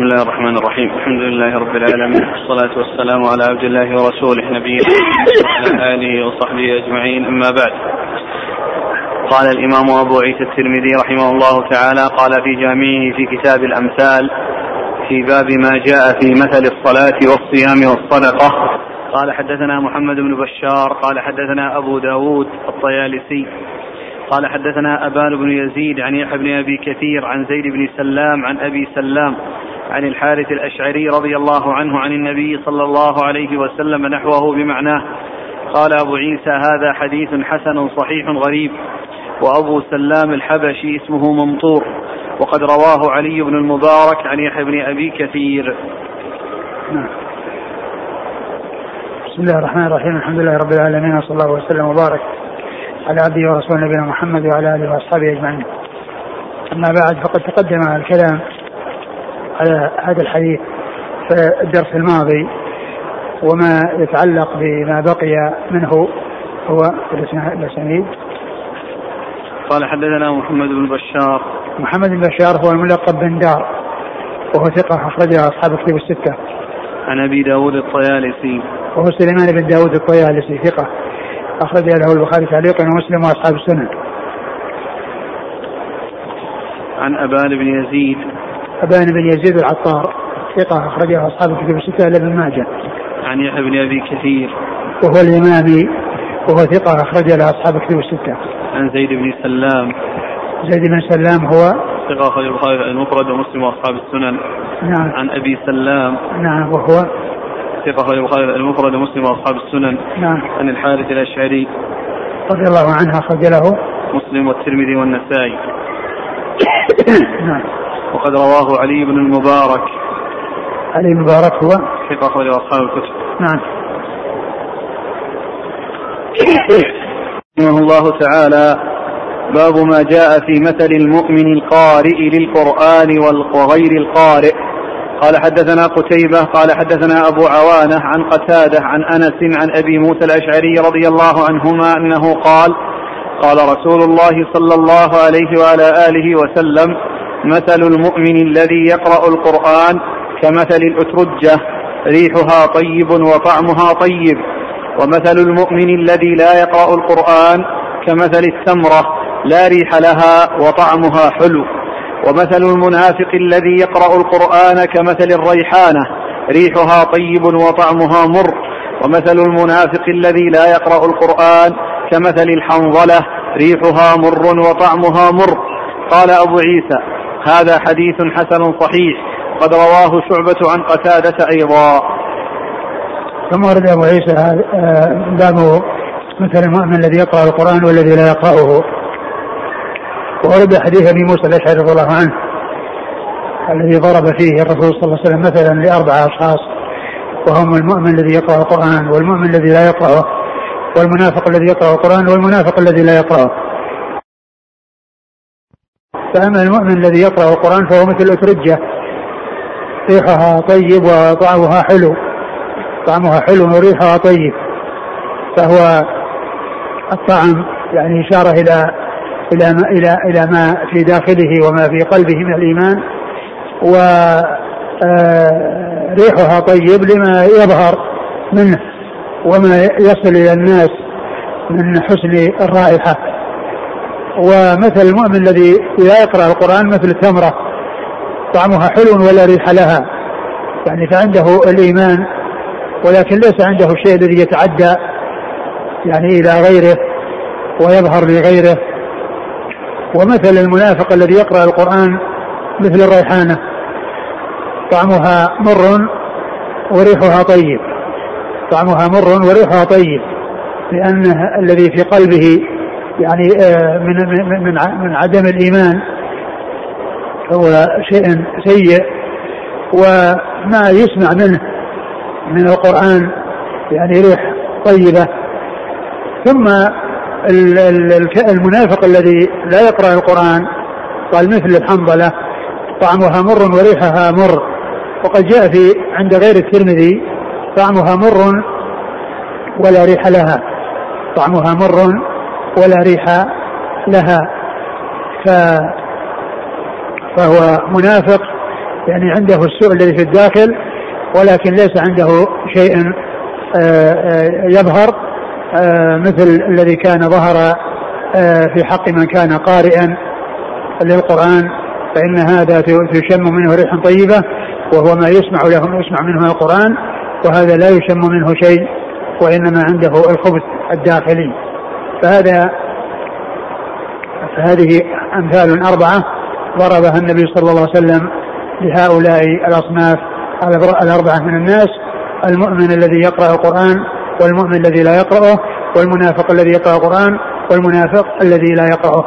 بسم الله الرحمن الرحيم. الحمد لله رب العالمين، والصلاة والسلام على عبد الله ورسوله نبينا وعلى آله وصحبه أجمعين، أما بعد. قال الإمام أبو عيسى الترمذي رحمه الله تعالى قال في جامعه في كتاب الأمثال في باب ما جاء في مثل الصلاة والصيام والصدقة قال حدثنا محمد بن بشار قال حدثنا أبو داود الطيالسي قال حدثنا أبان بن يزيد عن يحيى بن أبي كثير عن زيد بن سلام عن أبي سلام عن الحارث الأشعري رضي الله عنه عن النبي صلى الله عليه وسلم نحوه بمعناه. قال أبو عيسى هذا حديث حسن صحيح غريب. وأبو سلام الحبشي اسمه ممطور، وقد رواه علي بن المبارك عن يحيى بن أبي كثير. بسم الله الرحمن الرحيم. الحمد لله رب العالمين، وصلى الله وسلم وبارك على عبده ورسوله نبينا محمد وعلى آله وأصحابه أجمعين. أما بعد، فقد تقدم الكلام على هذا الحديث في الدرس الماضي، وما يتعلق بما بقي منه هو الأسانيد. قال حدثنا محمد بن بشار. محمد بن بشار هو الملقب بن دار، وهو ثقة أخرجه أصحاب الكتب الستة. عن أبي داود الطيالسي وهو سليمان بن داود الطيالسي ثقة أخرج له البخاري تعليقا ومسلم وأصحاب السنن. عن أبان بن يزيد. أبان بن يزيد العطار ثقة أخرجه أصحاب الكتب الستة إلا ابن ماجه. عن يحيى بن أبي كثير وهو الإمامي، وهو ثقة أخرج له أصحاب الكتب الستة. عن زيد بن سلام. زيد بن سلام هو ثقة أخرج البخاري المفرد ومسلم وأصحاب السنن. نعم. عن أبي سلام. نعم. وهو ثقة أخرج البخاري المفرد ومسلم وأصحاب السنن. نعم. عن الحارث الأشعري رضي الله عنه أخرج له مسلم والترمذي والنسائي. نعم. وقد رواه علي بن المبارك. علي المبارك هو ثقة أخرج أصحاب الكتب. نعم. رحمه الله تعالى. باب ما جاء في مثل المؤمن القارئ للقرآن وغير القارئ. قال حدثنا قتيبة قال حدثنا أبو عوانة عن قتادة عن أنس عن أبي موسى الأشعري رضي الله عنهما أنه قال قال رسول الله صلى الله عليه وعلى آله وسلم مثل المؤمن الذي يقرأ القرآن كمثل الأترجة ريحها طيب وطعمها طيب، ومثل المؤمن الذي لا يقرأ القرآن كمثل التمرة لا ريح لها وطعمها حلو، ومثل المنافق الذي يقرأ القرآن كمثل الريحانة ريحها طيب وطعمها مر، ومثل المنافق الذي لا يقرأ القرآن كمثل الحنظلة ريحها مر وطعمها مر. قال أبو عيسى هذا حديث حسن صحيح، قد رواه شعبة عن قتادة أيضا. ثم ورد أبو عيسى باب مثل المؤمن الذي يقرأ القرآن والذي لا يقرأه، وورد حديث أبي موسى الأشعري رضي الله عنه الذي ضرب فيه الرسول صلى الله عليه وسلم مثلا لأربعة أشخاص، وهم المؤمن الذي يقرأ القرآن والمؤمن الذي لا يقرأه والمنافق الذي يقرأ القرآن والمنافق الذي لا يقرأه. فأما المؤمن الذي يقرأ القرآن فهو مثل الأترجة ريحها طيب وطعمها حلو، طعمها حلو وريحها طيب، فهو الطعم يعني إشارة إلى ما في داخله وما في قلبه من الإيمان، وريحها طيب لما يظهر منه وما يصل إلى الناس من حسن الرائحة. ومثل المؤمن الذي لا يقرأ القرآن مثل التمرة طعمها حلو ولا ريح لها، يعني فعنده الإيمان ولكن ليس عنده الشيء الذي يتعدى يعني إلى غيره ويظهر لغيره. ومثل المنافق الذي يقرأ القرآن مثل الريحانة طعمها مر وريحها طيب، طعمها مر وريحها طيب، لأن الذي في قلبه يعني من عدم الإيمان هو شيء سيء، وما يسمع منه من القرآن يعني ريح طيبة. ثم المنافق الذي لا يقرأ القرآن قال مثل الحنظلة طعمها مر وريحها مر، وقد جاء في عند غير الترمذي طعمها مر ولا ريح لها، طعمها مر ولا ريح لها، فهو منافق يعني عنده السوء الذي في الداخل ولكن ليس عنده شيء يظهر مثل الذي كان ظهر في حق من كان قارئا للقرآن، فإن هذا تشم منه ريح طيبة وهو ما يسمع منه القرآن، وهذا لا يشم منه شيء وإنما عنده الخبث الداخلي. فهذه أمثال 4 ضربها النبي صلى الله عليه وسلم لهؤلاء الأصناف 4 من الناس: المؤمن الذي يقرأ القرآن، والمؤمن الذي لا يقرأه، والمنافق الذي يقرأ القرآن، والمنافق الذي لا يقرأه.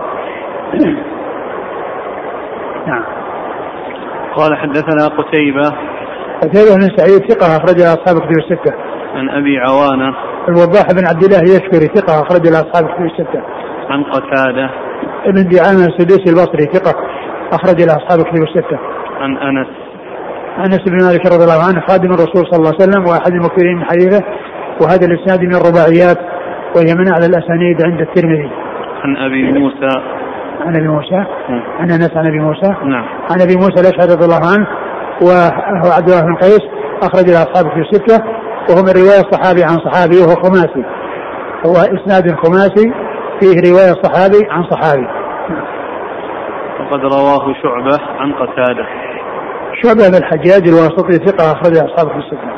نعم. قال حدثنا قتيبة بن سعيد ثقة أخرج أصحاب الكتب الستة. عن أبي عوانة الوضاح بن عبد الله يشكري ثقة أخرج أصحاب الكتب الستة. عن قتادة ابن دعامة السدوسي البصري ثقة أخرج أصحاب الكتب الستة. عن أنس بن مالك رضي الله عنه خادم الرسول صلى الله عليه وسلم وأحد المكثرين من حديثه، وهذا الإسناد من الرباعيات وهي من أعلى الأسانيد عند الترمذي. عن أبي موسى عن أنس عن أبي موسى. نعم. عن أبي موسى الأشعري رضي الله عنه وهو عبد الله بن قيس أخرج أصحاب الكتب الستة، وهو من رواية الصحابي عن صحابي وهو خماسي، هو إسناد خماسي فيه رواية صحابي عن صحابي. وقد رواه شعبة عن قتادة. شعبة بن الحجاج الواسطي ثقة أخرج أصحاب الكتب الستة.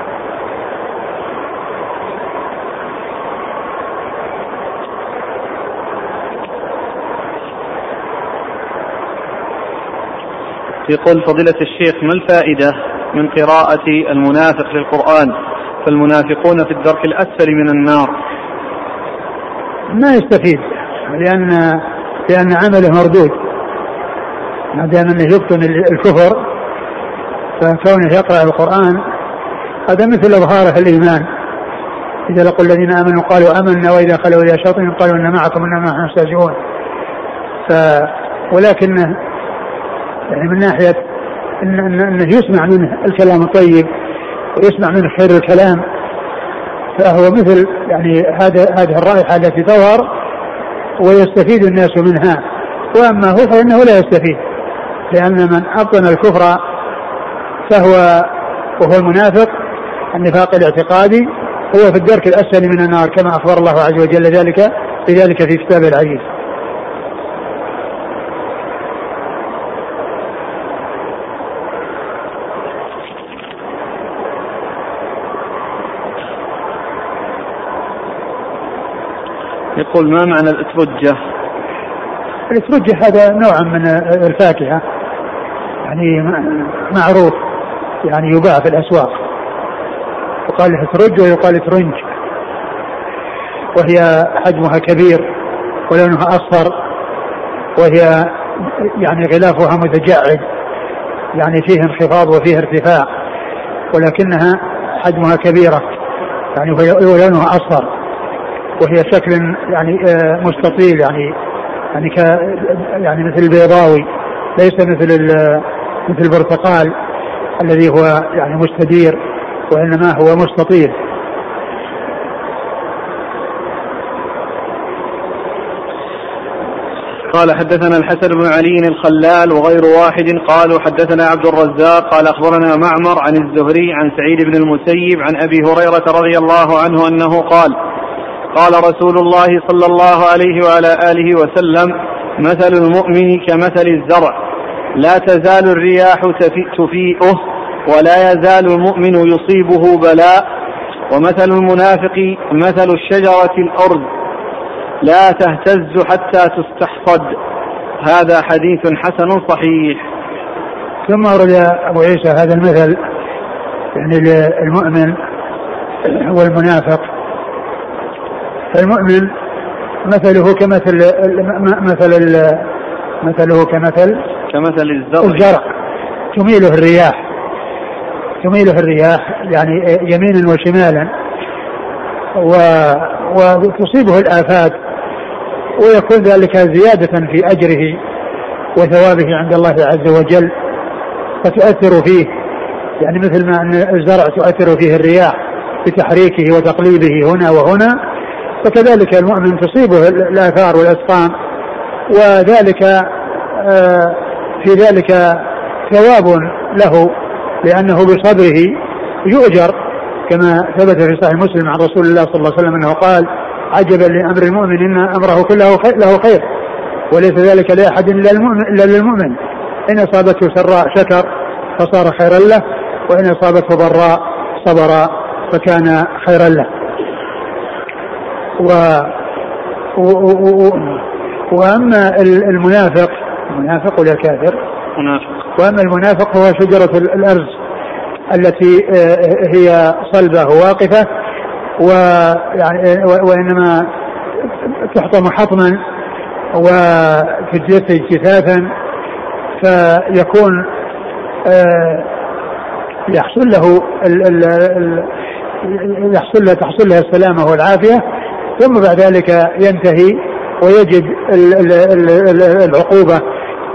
يقول فضيلة الشيخ: ما الفائدة من قراءة المنافق للقرآن؟ فالمنافقون في الدرك الأسفل من النار. ما يستفيد، لأن عمله مردود، ما دام أنه يبطن الكفر، فكونه يقرأ القرآن هذا مثل إظهاره الإيمان. إذا لقوا الذين آمنوا قالوا آمنا وإذا خلوا إلى شياطين قالوا إن معكم إنما نحن مستهزئون. ولكن يعني من ناحية أنه يسمع منه الكلام الطيب ويسمع منه خير الكلام، فهو مثل يعني هذه الرائحة التي تظهر ويستفيد الناس منها. وأما هو فإنه لا يستفيد، لأن من أبطن الكفر وهو المنافق النفاق الاعتقادي هو في الدرك الأسفل من النار، كما أخبر الله عز وجل ذلك في كتابه العزيز. يقول: ما معنى الأترجة؟ الأترجة هذا نوع من الفاكهة، يعني معروف، يعني يباع في الأسواق، وقال أترج ويقال ترنج، وهي حجمها كبير ولونها أصفر، وهي يعني غلافها متجعد، يعني فيه انخفاض وفيه ارتفاع، ولكنها حجمها كبيرة يعني ولونها أصفر، وهي شكل يعني مستطيل، يعني مثل البيضاوي، ليس مثل البرتقال الذي هو يعني مستدير، وإنما هو مستطيل. قال حدثنا الحسن بن علي الخلال وغير واحد قالوا حدثنا عبد الرزاق قال أخبرنا معمر عن الزهري عن سعيد بن المسيب عن أبي هريرة رضي الله عنه أنه قال: قال رسول الله صلى الله عليه وعلى آله وسلم: مثل المؤمن كمثل الزرع، لا تزال الرياح تفيئه، ولا يزال المؤمن يصيبه بلاء، ومثل المنافق مثل الشجرة الأرز، لا تهتز حتى تستحصد. هذا حديث حسن صحيح. ثم ورد أبو عيسى هذا المثل، يعني المؤمن والمنافق. فالمؤمن مثله كمثل الزرع تميله الرياح يعني يمينا وشمالا، وتصيبه الآفات، ويكون ذلك زيادة في أجره وثوابه عند الله عز وجل، فتؤثر فيه، يعني مثل ما أن الزرع تؤثر فيه الرياح بتحريكه وتقليبه هنا وهنا، فكذلك المؤمن تصيبه الآثار والأسقام، وذلك في ذلك ثواب له لأنه بصبره يؤجر، كما ثبت في صحيح مسلم عن رسول الله صلى الله عليه وسلم أنه قال: عجبا لأمر المؤمن إن أمره كله له خير وليس ذلك لأحد إلا للمؤمن، إن أصابته سراء شكر فصار خيرا له، وإن أصابته ضراء صبر فكان خيرا له. وأما المنافق ولا الكافر، وأما المنافق هو شجرة الأرز التي هي صلبة واقفة، وإنما تحطم حطما وتجث اجتثاثا، فيكون تحصل له السلامة والعافية، ثم بعد ذلك ينتهي ويجد العقوبة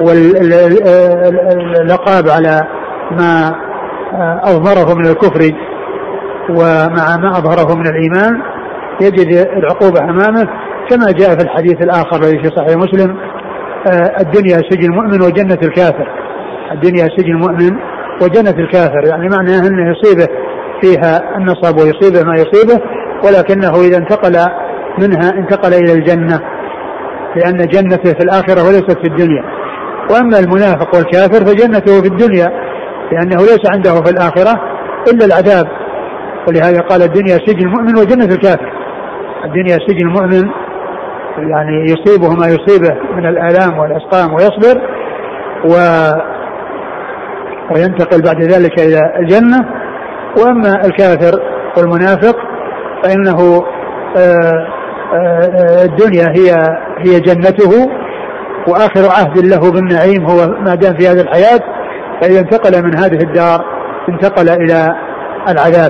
والعقاب على ما أظهره من الكفر ومع ما أظهره من الإيمان، يجد العقوبة أمامه، كما جاء في الحديث الآخر الذي في صحيح مسلم: الدنيا سجن المؤمن وجنة الكافر. الدنيا سجن المؤمن وجنة الكافر، يعني معناه أنه يصيبه فيها النصب ويصيبه ما يصيبه، ولكنه إذا انتقل منها انتقل إلى الجنة، لأن جنته في الآخرة وليست في الدنيا. وأما المنافق والكافر فجنته في الدنيا، لأنه ليس عنده في الآخرة إلا العذاب، ولهذا قال: الدنيا سجن المؤمن وجنة الكافر. الدنيا سجن المؤمن، يعني يصيبه ما يصيبه من الآلام والأسقام ويصبر وينتقل بعد ذلك إلى الجنة. وأما الكافر والمنافق فإنه الدنيا هي جنته، وآخر عهد له بالنعيم هو ما دام في هذه الحياة، فإذا انتقل من هذه الدار انتقل إلى العذاب.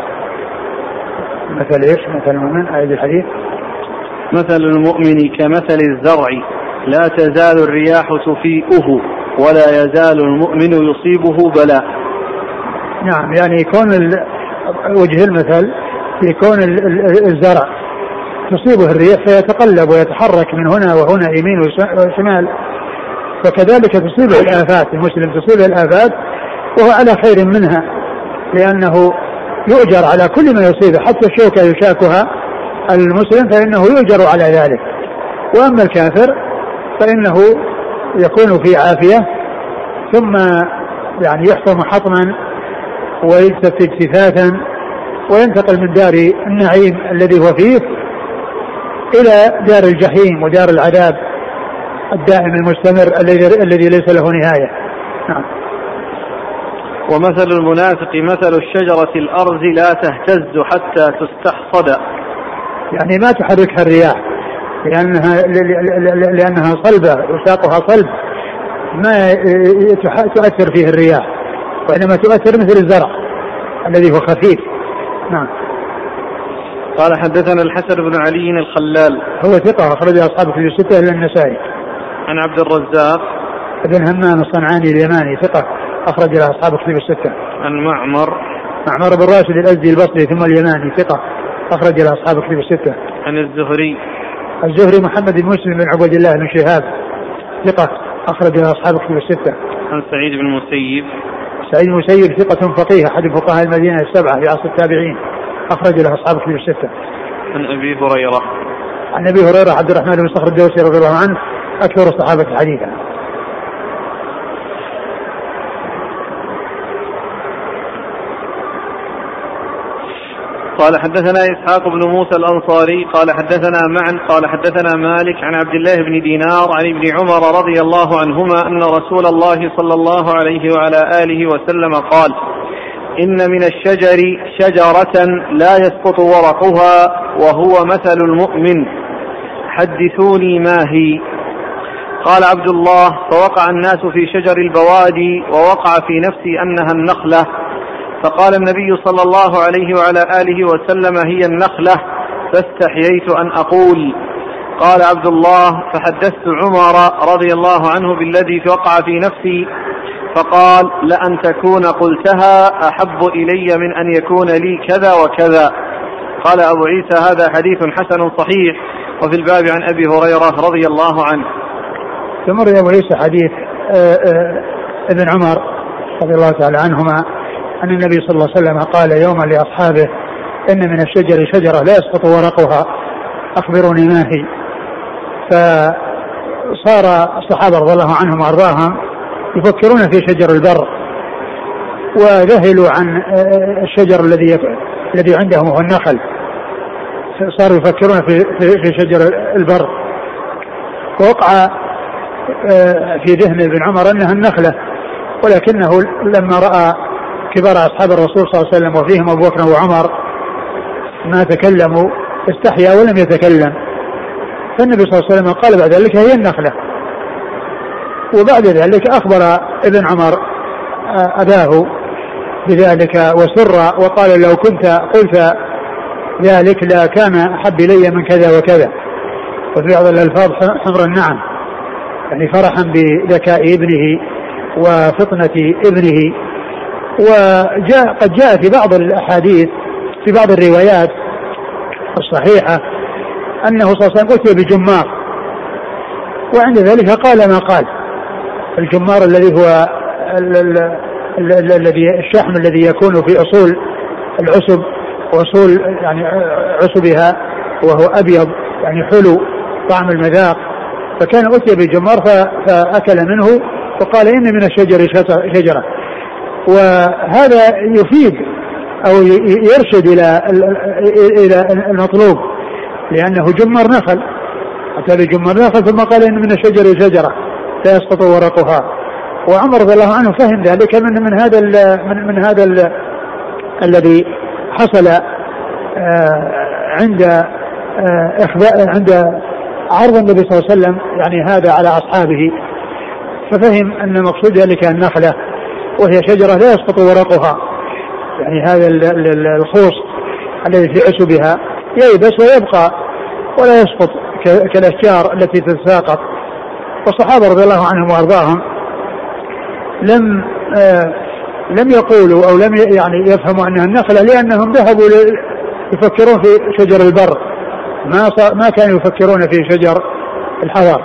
مثل المؤمن آية الحديث: مثل المؤمن كمثل الزرع لا تزال الرياح تفيئه ولا يزال المؤمن يصيبه بلاء. نعم، يعني يكون وجه المثل يكون الزرع تصيبه الريح فيتقلب ويتحرك من هنا وهنا يمين وشمال، فكذلك تصيبه الآفات، المسلم تصيبه الآفات وهو على خير منها، لأنه يؤجر على كل ما يصيبه، حتى الشوكة يشاكها المسلم فإنه يؤجر على ذلك. وأما الكافر فإنه يكون في عافية، ثم يعني يحطم حطما ويجتث اجتثاثا، وينتقل من دار النعيم الذي هو فيه إلى دار الجحيم ودار العذاب الدائم المستمر الذي ليس له نهاية. نعم. ومثل المنافق مثل الشجرة الأرز لا تهتز حتى تستحصد، يعني ما تحركها الرياح لأنها صلبة وساقها صلب، ما تؤثر فيه الرياح، وإنما تؤثر مثل الزرع الذي هو خفيف. نعم. قال: حدثنا الحسن بن علي الخلال، هو ثقة أخرج أصحاب كتب الستة إلا النسائي. عن عبد الرزاق بن همام الصنعاني اليماني ثقة أخرج له أصحاب كتب الستة. عن معمر بن راشد الأزدي البصري ثم اليماني ثقة أخرج له أصحاب كتب الستة. عن الزهري محمد بن مسلم بن عبد الله بن شهاب ثقة أخرج له أصحاب كتب الستة. عن سعيد بن المسيب ثقة فقيه أحد فقهاء المدينة السبعة في عصر التابعين أخرج له أصحاب كتب الستة. عن أبي هريرة عبد الرحمن بن صخر الدوسي رضي الله عنه أكثر الصحابة حديثا. قال: حدثنا إسحاق بن موسى الأنصاري قال: حدثنا معن قال: حدثنا مالك عن عبد الله بن دينار عن ابن عمر رضي الله عنهما أن رسول الله صلى الله عليه وعلى آله وسلم قال: إن من الشجر شجرة لا يسقط ورقها وهو مثل المؤمن، حدثوني ما هي؟ قال عبد الله: فوقع الناس في شجر البوادي ووقع في نفسي أنها النخلة، فقال النبي صلى الله عليه وعلى آله وسلم: هي النخلة، فاستحييت أن أقول. قال عبد الله: فحدثت عمر رضي الله عنه بالذي وقع في نفسي، فقال: لأن تكون قلتها أحب إلي من أن يكون لي كذا وكذا. قال أبو عيسى: هذا حديث حسن صحيح. وفي الباب عن أبي هريرة رضي الله عنه. ثم أبو عيسى حديث ابن عمر رضي الله تعالى عنهما أن النبي صلى الله عليه وسلم قال يوما لأصحابه إن من الشجر شجرة لا يسقط ورقها أخبروني ما هي. فصار الصحابة رضي الله عنهم وأرضاهم يفكرون في شجر البر وذهلوا عن الشجر الذي عندهم هو النخل، صاروا يفكرون في شجر البر، ووقع في ذهن ابن عمر أنها النخلة، ولكنه لما رأى كبار أصحاب الرسول صلى الله عليه وسلم وفيهم أبو بكر وعمر ما تكلموا استحيا ولم يتكلم، فالنبي صلى الله عليه وسلم قال بعد ذلك هي النخلة. وبعد ذلك أخبر ابن عمر أباه بذلك وسر وقال لو كنت قلت ذلك لا كان أحب إلي من كذا وكذا، وفي بعض الألفاظ حمر النعم، يعني فرحا بذكاء ابنه وفطنة ابنه. وقد جاء في بعض الأحاديث في بعض الروايات الصحيحة أنه صلى الله عليه وسلم أتي بجمار، وعند ذلك قال ما قال. الجمار الذي هو الذي الشحم الذي يكون في أصول العصب وأصول يعني عصبها، وهو أبيض يعني حلو طعم المذاق، فكان أتي بجمار فأكل منه وقال إن من الشجر شجرة. وهذا يفيد أو يرشد إلى المطلوب، لأنه جمر نخل، أتى بجمر نخل ثم قال إن من الشجر شجرة لا يسقط ورقها. وعمر رضي الله عنه فهم ذلك من هذا الذي حصل عند عند عرض النبي صلى الله عليه وسلم يعني هذا على أصحابه، ففهم أن مقصود ذلك النخلة وهي شجرة لا يسقط ورقها، يعني هذا الخوص الذي في عسبها ييبس ويبقى ولا يسقط كالأشجار التي تتساقط. والصحابة رضي الله عنهم وأرضاهم لم يقولوا أو لم يعني يفهموا أنها النخلة، لأنهم ذهبوا يفكرون في شجر البر، ما كانوا يفكرون في شجر الحضر،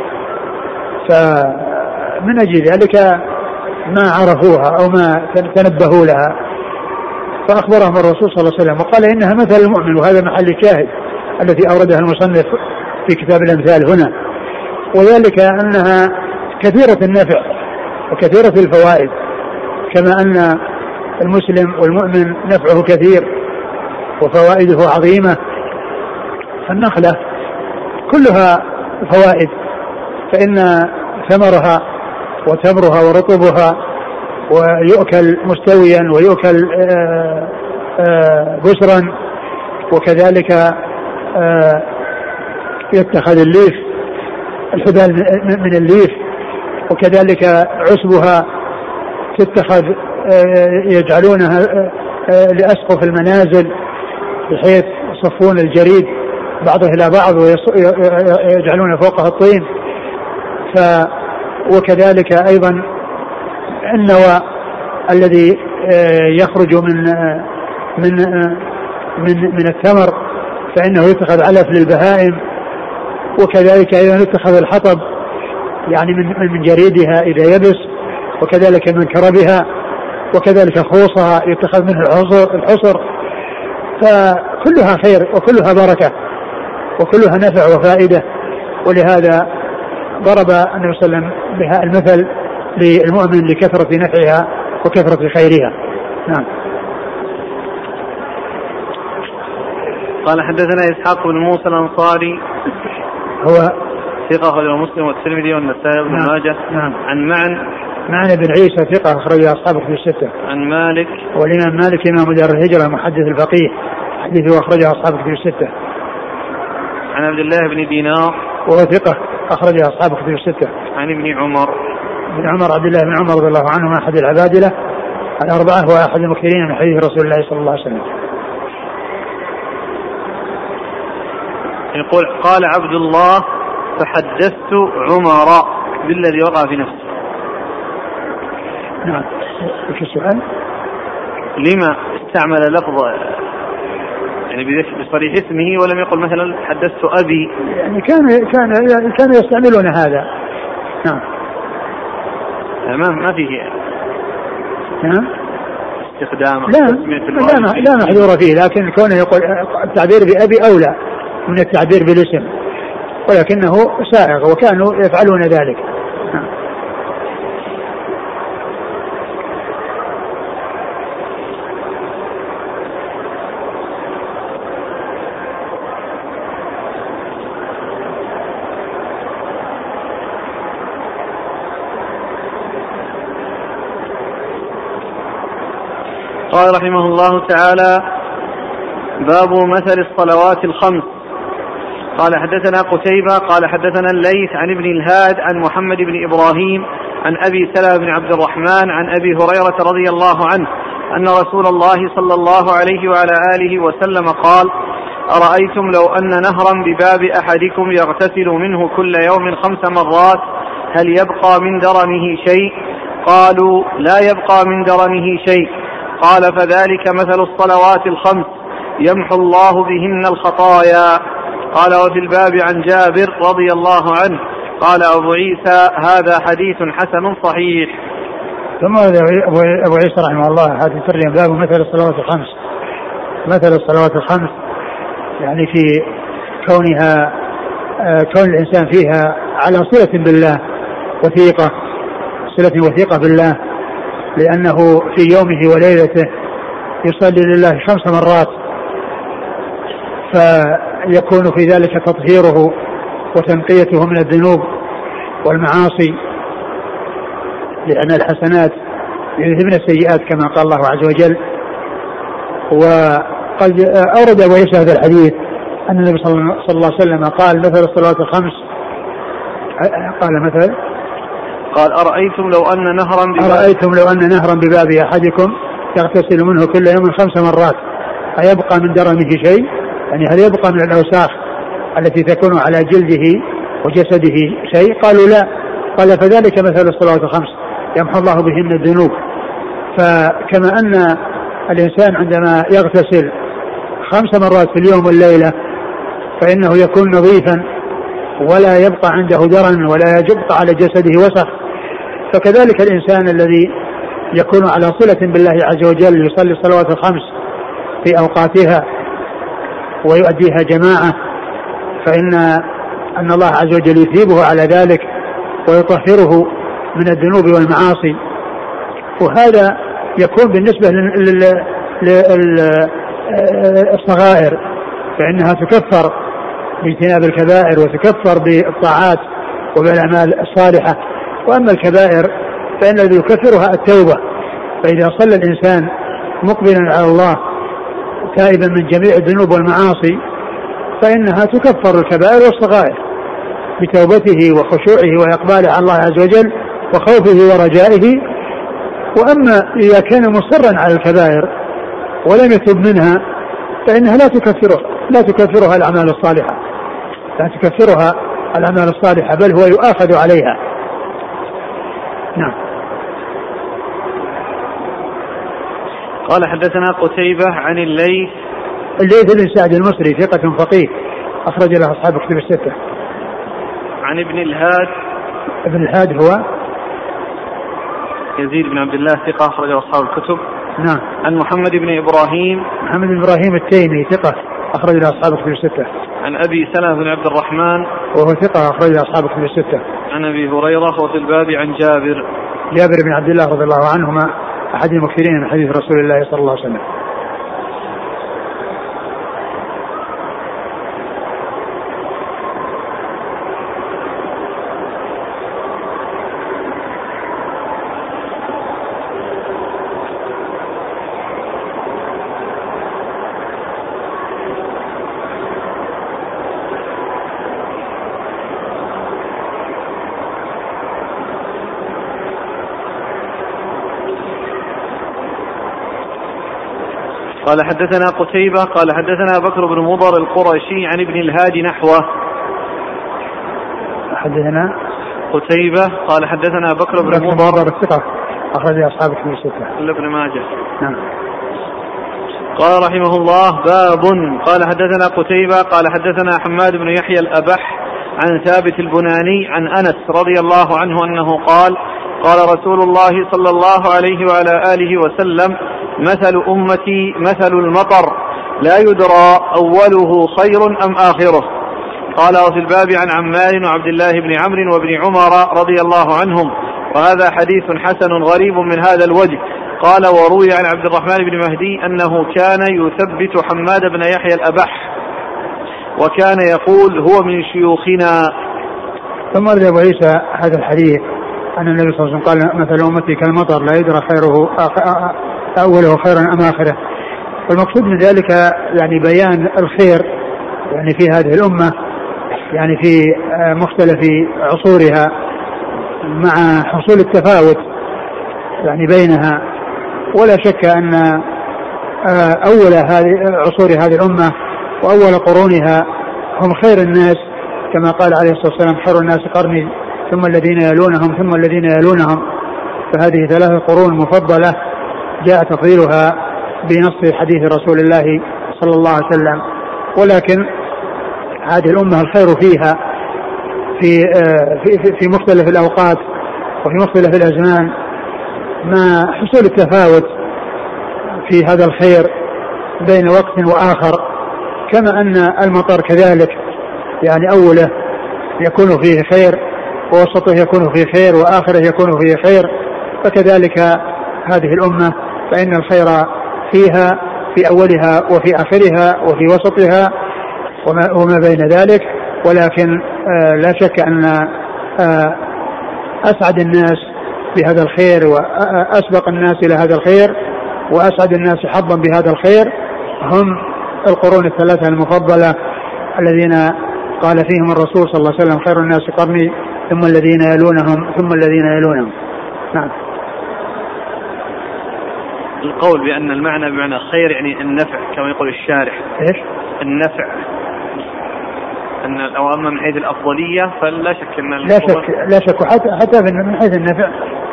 فمن أجل ذلك ما عرفوها أو ما تنبهوا لها. فأخبرهم الرسول صلى الله عليه وسلم وقال إنها مثل المؤمن، وهذا محل الشاهد الذي أوردها المصنف في كتاب الأمثال هنا، وذلك أنها كثيرة النفع وكثيرة الفوائد، كما أن المسلم والمؤمن نفعه كثير وفوائده عظيمة، فالنخلة كلها فوائد، فإن ثمرها وتمرها ورطبها ويؤكل مستويا ويؤكل بسرا، وكذلك يتخذ الليف الحبال من الليف، وكذلك عسبها تتخذ يجعلونها لأسقف المنازل بحيث يصفون الجريد بعضه إلى بعض ويجعلون فوقها الطين. وكذلك أيضا النوى الذي يخرج من الثمر فإنه يتخذ علف للبهائم، وكذلك أيضا يتخذ الحطب يعني من جريدها إذا يبس، وكذلك من كربها، وكذلك خوصها يتخذ منه الحصر. فكلها خير وكلها بركة وكلها نفع وفائدة، ولهذا ضرب النبي صلى الله عليه وسلم بها المثل للمؤمن لكثرة نفعها وكثرة خيرها. نعم. قال حدثنا إسحاق بن موسى الأنصاري هو ثقة أخرجه مسلم والترمذي والنسائي وابن ماجه. نعم. عن معن بن عيسى ثقة أخرجه أصحابه في الستة. عن مالك والإمام مالك إمام دار الهجرة محدث الفقيه حديثه أخرجه أصحابه في الستة. عن عبد الله بن دينار وهو ثقة أخرجه أصحابه في الستة. عن ابن عمر عبد الله بن عمر رضي الله عنه أحد العبادلة الأربعة وأحد المكثرين من حديث رسول الله صلى الله عليه وسلم. يقول قال عبد الله فحدثت عمر بالذي وقع في نفسه. نعم. وش السؤال؟ لما استعمل لفظ يعني بصريح اسمه ولم يقل مثلا حدثت أبي؟ يعني كانوا يستعملون هذا. نعم. ما فيه استخدام لا محذور فيه، لكن كونه يقول التعبير بأبي أولى من التعبير بالاسم، ولكنه سائغ وكانوا يفعلون ذلك. قال رحمه الله تعالى: باب مثل الصلوات الخمس. قال حدثنا قتيبة قال حدثنا الليث عن ابن الهاد عن محمد بن إبراهيم عن أبي سلمة بن عبد الرحمن عن أبي هريرة رضي الله عنه أن رسول الله صلى الله عليه وعلى آله وسلم قال: أرأيتم لو أن نهرا بباب أحدكم يغتسل منه كل يوم 5 مرات هل يبقى من درنه شيء؟ قالوا: لا يبقى من درنه شيء. قال: فذلك مثل الصلوات الخمس يمحو الله بهن الخطايا. قال: وفي الباب عن جابر رضي الله عنه. قال أبو عيسى: هذا حديث حسن صحيح. ثم أبو عيسى رحمه الله حديث الرجل باب مثل الصلوات الخمس. مثل الصلوات الخمس يعني في كونها كون الإنسان فيها على صلة بالله وثيقة، صلة وثيقة بالله، لأنه في يومه وليلته يصلي لله 5 مرات، فيكون في ذلك تطهيره وتنقيته من الذنوب والمعاصي، لأن الحسنات يذهبن السيئات كما قال الله عز وجل. وقد أورد أبو عيسى هذا الحديث أن النبي صلى الله عليه وسلم قال: مثل الصلوات الخمس، قال أرأيتم لو أن نهرا بباب أحدكم يغتسل منه كل يوم 5 مرات أيبقى من درنه شيء؟ يعني هل يبقى من الأوساخ التي تكون على جلده وجسده شيء؟ قالوا لا. قال: فذلك مثل الصلوات الخمس يمحو الله بهن الذنوب. فكما أن الإنسان عندما يغتسل 5 مرات في اليوم والليلة فإنه يكون نظيفا ولا يبقى عنده درن ولا يبقى على جسده وسخ، فكذلك الإنسان الذي يكون على صلة بالله عز وجل يصلي الصلوات الخمس في أوقاتها ويؤديها جماعة، فإن الله عز وجل يثيبه على ذلك ويطهره من الذنوب والمعاصي. وهذا يكون بالنسبة للصغائر فإنها تكفر باجتناب الكبائر وتكفر بالطاعات وبالأعمال الصالحة. وأما الكبائر فإن الذي يكفرها التوبة، فإذا صلى الإنسان مقبلا على الله تائبا من جميع الذنوب والمعاصي فإنها تكفر الكبائر والصغائر بتوبته وخشوعه وإقباله على الله عز وجل وخوفه ورجائه. وأما إذا كان مصرا على الكبائر ولم يتوب منها فإنها لا تكفرها الأعمال الصالحة، بل هو يؤاخذ عليها. نعم. قال حدثنا قتيبة عن الليث بن سعد المصري ثقة فقيه أخرج له أصحاب كتب الستة. عن ابن الهاد هو يزيد بن عبد الله ثقة أخرج له أصحاب الكتب. نعم. عن محمد بن إبراهيم التيمي ثقة أخرج له أصحاب كتب الستة. عن أبي سلمة بن عبد الرحمن وهو ثقة أخرج له أصحاب كتب الستة. عن أبي هريرة وفي الباب عن جابر بن عبد الله رضي الله عنهما أحد المكثرين من حديث رسول الله صلى الله عليه وسلم. قال حدثنا قتيبة قال حدثنا بكر بن مضر القرشي عن ابن الهاد نحوه. حدثنا قتيبة قال حدثنا بكر بن مضر الثقة أخرج أصحاب كتب الستة إلا ابن ماجه. نعم. قال رحمه الله: باب. قال حدثنا قتيبة قال حدثنا حماد بن يحيى الأبح عن ثابت البناني عن أنس رضي الله عنه أنه قال: قال رسول الله صلى الله عليه وعلى آله وسلم: مثل أمتي مثل المطر لا يدرى أوله خير أم آخره. قال: وفي الباب عن عمار وعبد الله بن عمرو وابن عمر رضي الله عنهم، وهذا حديث حسن غريب من هذا الوجه. قال: وروي عن عبد الرحمن بن مهدي أنه كان يثبت حماد بن يحيى الأبح وكان يقول: هو من شيوخنا. ثم ورد أبو عيسى هذا الحديث أن النبي صلى الله عليه وسلم قال: مثل أمتي كالمطر لا يدرى خيره أوله خيرا أم آخره. والمقصود من ذلك يعني بيان الخير يعني في هذه الأمة، يعني في مختلف عصورها، مع حصول التفاوت يعني بينها. ولا شك أن أول عصور هذه الأمة وأول قرونها هم خير الناس، كما قال عليه الصلاة والسلام: خير الناس قرني ثم الذين يلونهم ثم الذين يلونهم. فهذه 3 قرون مفضلة جاء تفضيلها بنص حديث رسول الله صلى الله عليه وسلم. ولكن هذه الأمة الخير فيها في مختلف الأوقات وفي مختلف الأزمان، مع حصول التفاوت في هذا الخير بين وقت وآخر. كما أن المطر كذلك يعني أوله يكون فيه خير ووسطه يكون فيه خير وآخره يكون فيه خير، فكذلك هذه الأمة فإن الخير فيها في أولها وفي آخرها وفي وسطها وما بين ذلك. ولكن لا شك أن أسعد الناس بهذا الخير وأسبق الناس إلى هذا الخير وأسعد الناس حظا بهذا الخير هم القرون 3 المفضلة الذين قال فيهم الرسول صلى الله عليه وسلم: خير الناس قرني ثم الذين يلونهم ثم الذين يلونهم. نعم. القول بأن المعنى بمعنى خير يعني النفع كما يقول الشارح. إيش؟ النفع، أن الأوامر من حيث الأفضلية فلا شك أن لا شك حتى من حيث النفع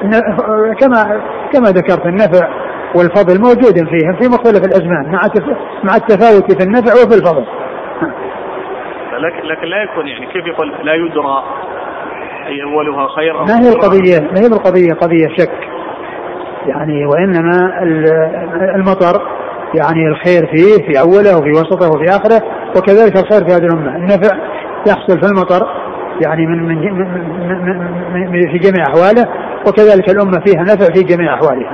كما ذكرت النفع والفضل موجود فيهم في مختلف الأزمان مع التفاوت في النفع وفي الفضل. لكن لا يكون يعني كيف يقول لا يدرى أي أولها خير. ما هي القضية قضية شك يعني، وإنما المطر يعني الخير فيه في أوله وفي وسطه وفي آخره، وكذلك الخير في هذه الأمة. النفع يحصل في المطر يعني في جميع أحواله، وكذلك الأمة فيها نفع في جميع أحوالها.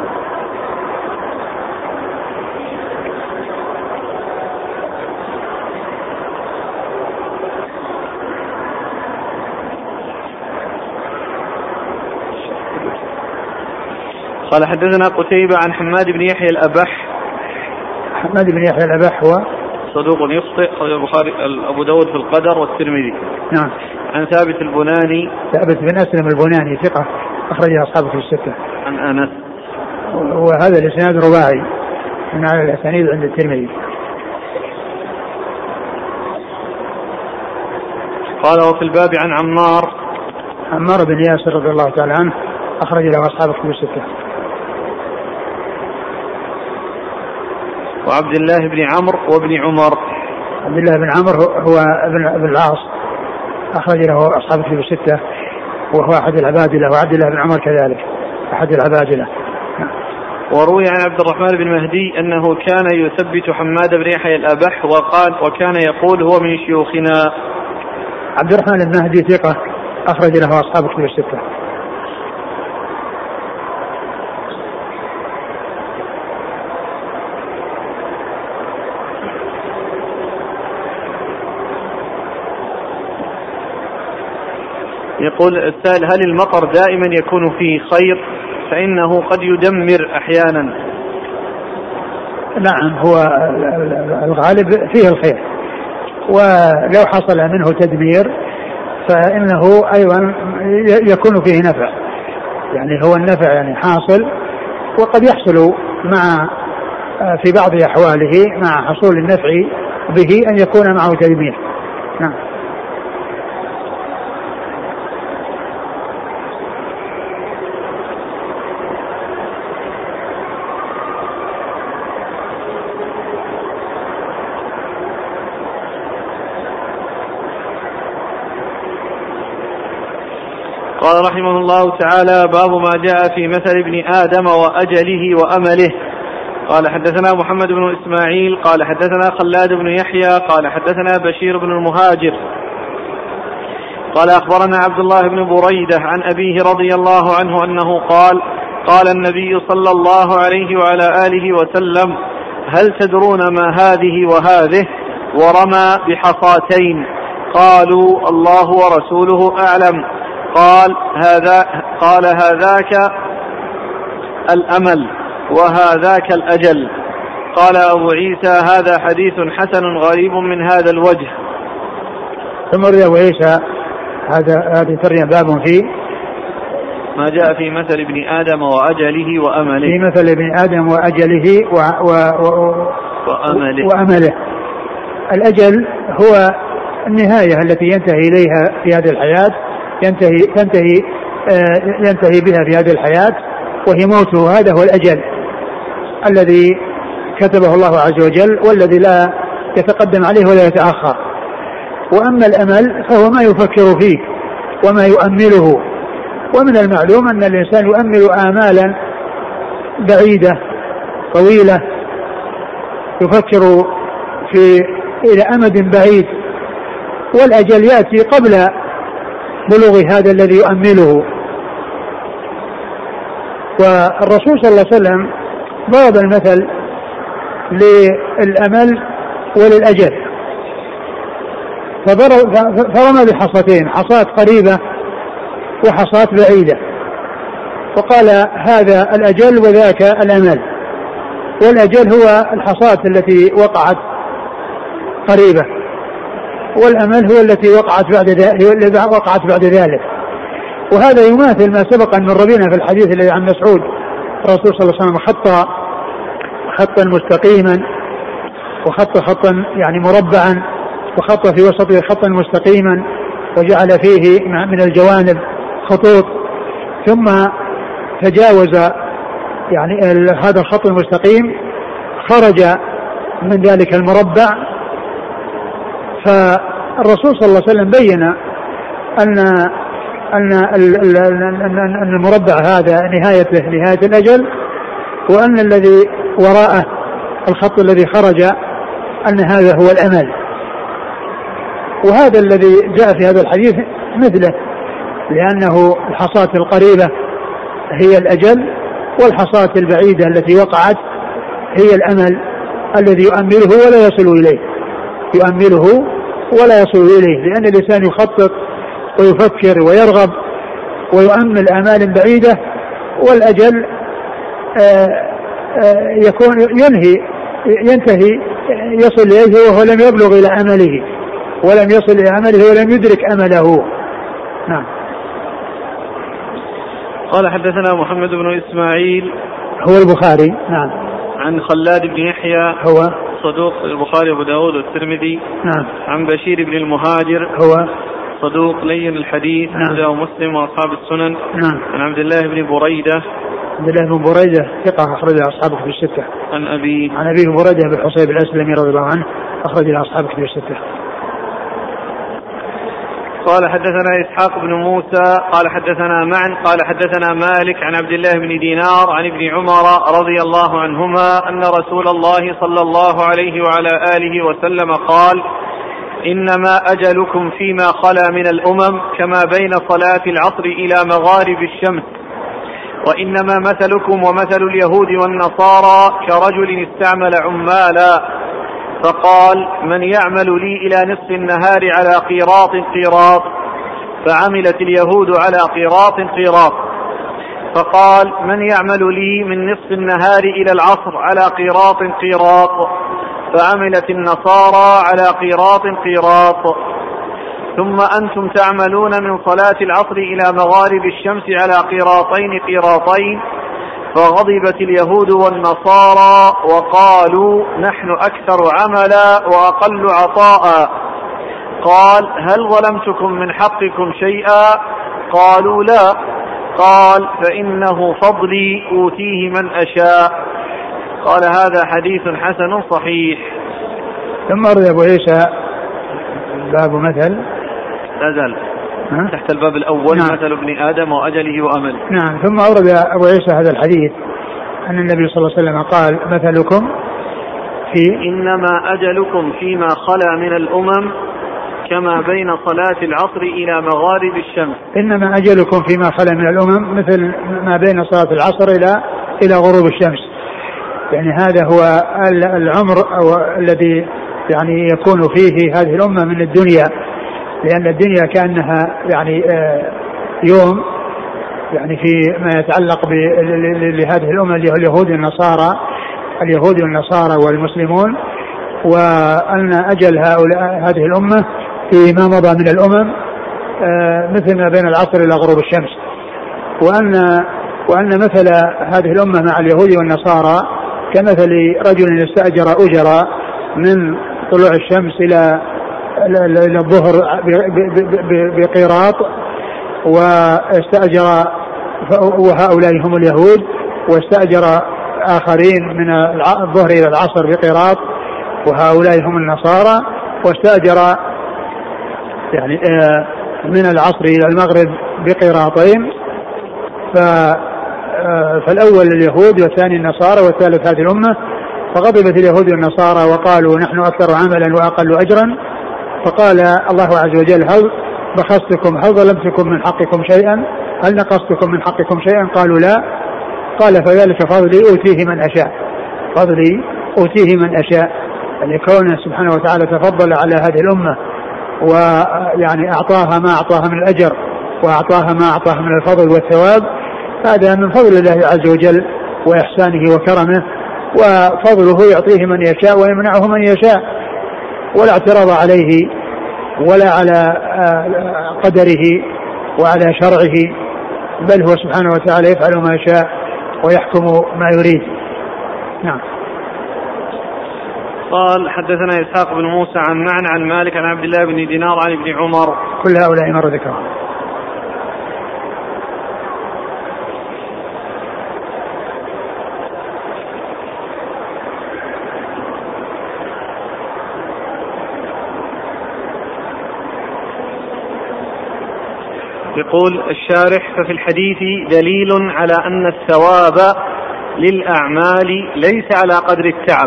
قال: حدثنا قتيبة عن حماد بن يحيى الأبح. حماد بن يحيى الأبح هو صدوق يخطئ، أخرجه البخاري أبو داود في القدر والترمذي. نعم. عن ثابت البناني. ثابت بن أسلم البناني ثقة أخرجه أصحابه في 6. عن أنس. وهذا الإسناد رباعي من على الأسانيد عند الترمذي. قال: وفي الباب عن عمار بن ياسر رضي الله تعالى عنه أخرج له أصحابه في 6. وعبد الله بن عمرو وابن عمر. عبد الله بن عمرو هو ابن العاص أخرج له أصحابه في 6 وهو أحد العبادلة، وعبد الله بن عمر كذلك أحد العبادلة. وروي عن عبد الرحمن بن مهدي أنه كان يثبت حماد بن يحيى الأبح وكان يقول: هو من شيوخنا. عبد الرحمن بن مهدي ثقة أخرج له أصحابه في 6. يقول السائل: هل المطر دائما يكون فيه خير؟ فإنه قد يدمر أحيانا. نعم، هو الغالب فيه الخير، ولو حصل منه تدمير فإنه أيضا يكون فيه نفع، يعني هو النفع يعني حاصل، وقد يحصل في بعض أحواله مع حصول النفع به أن يكون معه تدمير. نعم. قال رحمه الله تعالى: باب ما جاء في مثل ابن آدم وأجله وأمله. قال حدثنا محمد بن إسماعيل قال حدثنا خلاد بن يحيى قال حدثنا بشير بن المهاجر قال أخبرنا عبد الله بن بريدة عن أبيه رضي الله عنه أنه قال: قال النبي صلى الله عليه وعلى آله وسلم: هل تدرون ما هذه وهذه؟ ورمى بحصاتين. قالوا: الله ورسوله أعلم. قال هذاك الأمل وهذاك الأجل. قال أبو عيسى: هذا حديث حسن غريب من هذا الوجه. ثم روى أبو عيسى هذه ترجمة باب في ما جاء في مثل ابن آدم وأجله وأمله. في مثل ابن آدم وأجله وأمله. الأجل هو النهاية التي ينتهي إليها في هذه الحياة، ينتهي بها في هذه الحياة، وهي موته. هذا هو الأجل الذي كتبه الله عز وجل، والذي لا يتقدم عليه ولا يتأخر. وأما الأمل فهو ما يفكر فيه وما يؤمله. ومن المعلوم أن الإنسان يؤمل آمالا بعيدة طويلة، يفكر إلى أمد بعيد، والأجل يأتي قبل بلوغ هذا الذي يؤمله. والرسول صلى الله عليه وسلم ضرب المثل للأمل وللأجل، فرمى بحصتين: حصات قريبة وحصات بعيدة، وقال هذا الأجل وذاك الأمل. والأجل هو الحصات التي وقعت قريبة، والأمل هو التي وقعت بعد ذلك. وهذا يماثل ما سبق أن مر بنا في الحديث الذي عن مسعود: الرسول صلى الله عليه وسلم خطا مستقيما، وخط خطا يعني مربعا، وخط في وسطه خطا مستقيما، وجعل فيه من الجوانب خطوط، ثم تجاوز يعني هذا الخط المستقيم، خرج من ذلك المربع. فالرسول صلى الله عليه وسلم بين أن المربع هذا نهايته نهاية الأجل، وأن الذي وراءه الخط الذي خرج أن هذا هو الأمل. وهذا الذي جاء في هذا الحديث مثله، لأنه الحصات القريبة هي الأجل، والحصات البعيدة التي وقعت هي الأمل الذي يؤمله ولا يصل إليه، لأن الإنسان يخطط ويفكر ويرغب ويؤمل آمال بعيدة، والأجل ينتهي يصل إليه وهو لم يبلغ إلى أمله، ولم يصل إلى أمله ولم يدرك أمله. نعم. قال حدثنا محمد بن إسماعيل هو البخاري. نعم. عن خلاد بن يحيى هو صدوق البخاري وأبو داود والترمذي. نعم. عن بشير بن المهاجر هو صدوق لين الحديث. نعم. رواه مسلم وأصحاب السنن. نعم. عن عبد الله بن بريدة ثقة أخرج أصحاب كتب الستة. عن أبيه بريدة بن حصيب الأسلمي رضي الله عنه، أخرج أصحاب كتب الستة. قال حدثنا إسحاق بن موسى قال حدثنا معن قال حدثنا مالك عن عبد الله بن دينار عن ابن عمر رضي الله عنهما أن رسول الله صلى الله عليه وعلى آله وسلم قال: إنما أجلكم فيما خلا من الأمم كما بين صلاة العصر إلى مغارب الشمس، وإنما مثلكم ومثل اليهود والنصارى كرجل استعمل عمالا فقال: من يعمل لي إلى نصف النهار على قيراط، فعملت اليهود على قيراط، فقال: من يعمل لي من نصف النهار إلى العصر على قيراط، فعملت النصارى على قيراط، ثم أنتم تعملون من صلاة العصر إلى مغارب الشمس على قيراطين، فغضبت اليهود والنصارى وقالوا: نحن أكثر عملا وأقل عطاء. قال: هل ظلمتكم من حقكم شيئا؟ قالوا: لا. قال: فإنه فضلي أوتيه من أشاء. قال: هذا حديث حسن صحيح. ثم روى أبو عيسى باب مثل تحت الباب الأول. نعم. مثل ابن آدم وأجله وأمله. نعم. ثم أورد أبو عيسى هذا الحديث أن النبي صلى الله عليه وسلم قال مثلكم في إنما أجلكم فيما خلا من الأمم كما بين صلاة العصر إلى مغارب الشمس. إنما أجلكم فيما خلا من الأمم مثل ما بين صلاة العصر إلى غروب الشمس. يعني هذا هو العمر الذي يعني يكون فيه هذه الأمة من الدنيا، لأن الدنيا كأنها يعني يوم يعني في ما يتعلق لهذه الأمة اللي هو اليهود والنصارى والمسلمون، وأن أجل هذه الأمة فيما مضى من الأمم مثل ما بين العصر إلى غروب الشمس، وأن مثل هذه الأمة مع اليهود والنصارى كمثل رجل استأجر أجرا من طلوع الشمس إلى الظهر بقيراط، واستأجر وهؤلاء هم اليهود، واستأجر آخرين من الظهر إلى العصر بقيراط وهؤلاء هم النصارى، واستأجر يعني من العصر إلى المغرب بقيراطين، فالأول اليهود والثاني النصارى والثالث هذه الأمة. فغضبت اليهود والنصارى وقالوا نحن أكثر عملا وأقل أجرا، فقال الله عز وجل هل بخستكم هل ظلمتكم من حقكم شيئا هل نقصتكم من حقكم شيئا؟ قالوا لا. قال فذلك فضلي أوتيه من أشاء، فضلي أوتيه من أشاء. يعني كونه سبحانه وتعالى تفضل على هذه الأمة ويعني أعطاها ما أعطاها من الأجر وأعطاها ما أعطاها من الفضل والثواب، هذا من فضل الله عز وجل وإحسانه وكرمه، وفضله يعطيه من يشاء ويمنعه من يشاء، ولا اعتراض عليه ولا على قدره وعلى شرعه، بل هو سبحانه وتعالى يفعل ما يشاء ويحكم ما يريد. نعم. قال حدثنا إسحاق بن موسى عن مالك عن عبد الله بن دينار عن ابن عمر. كل هؤلاء مر ذكرهم. يقول الشارح ففي الحديث دليل على أن الثواب للأعمال ليس على قدر التعب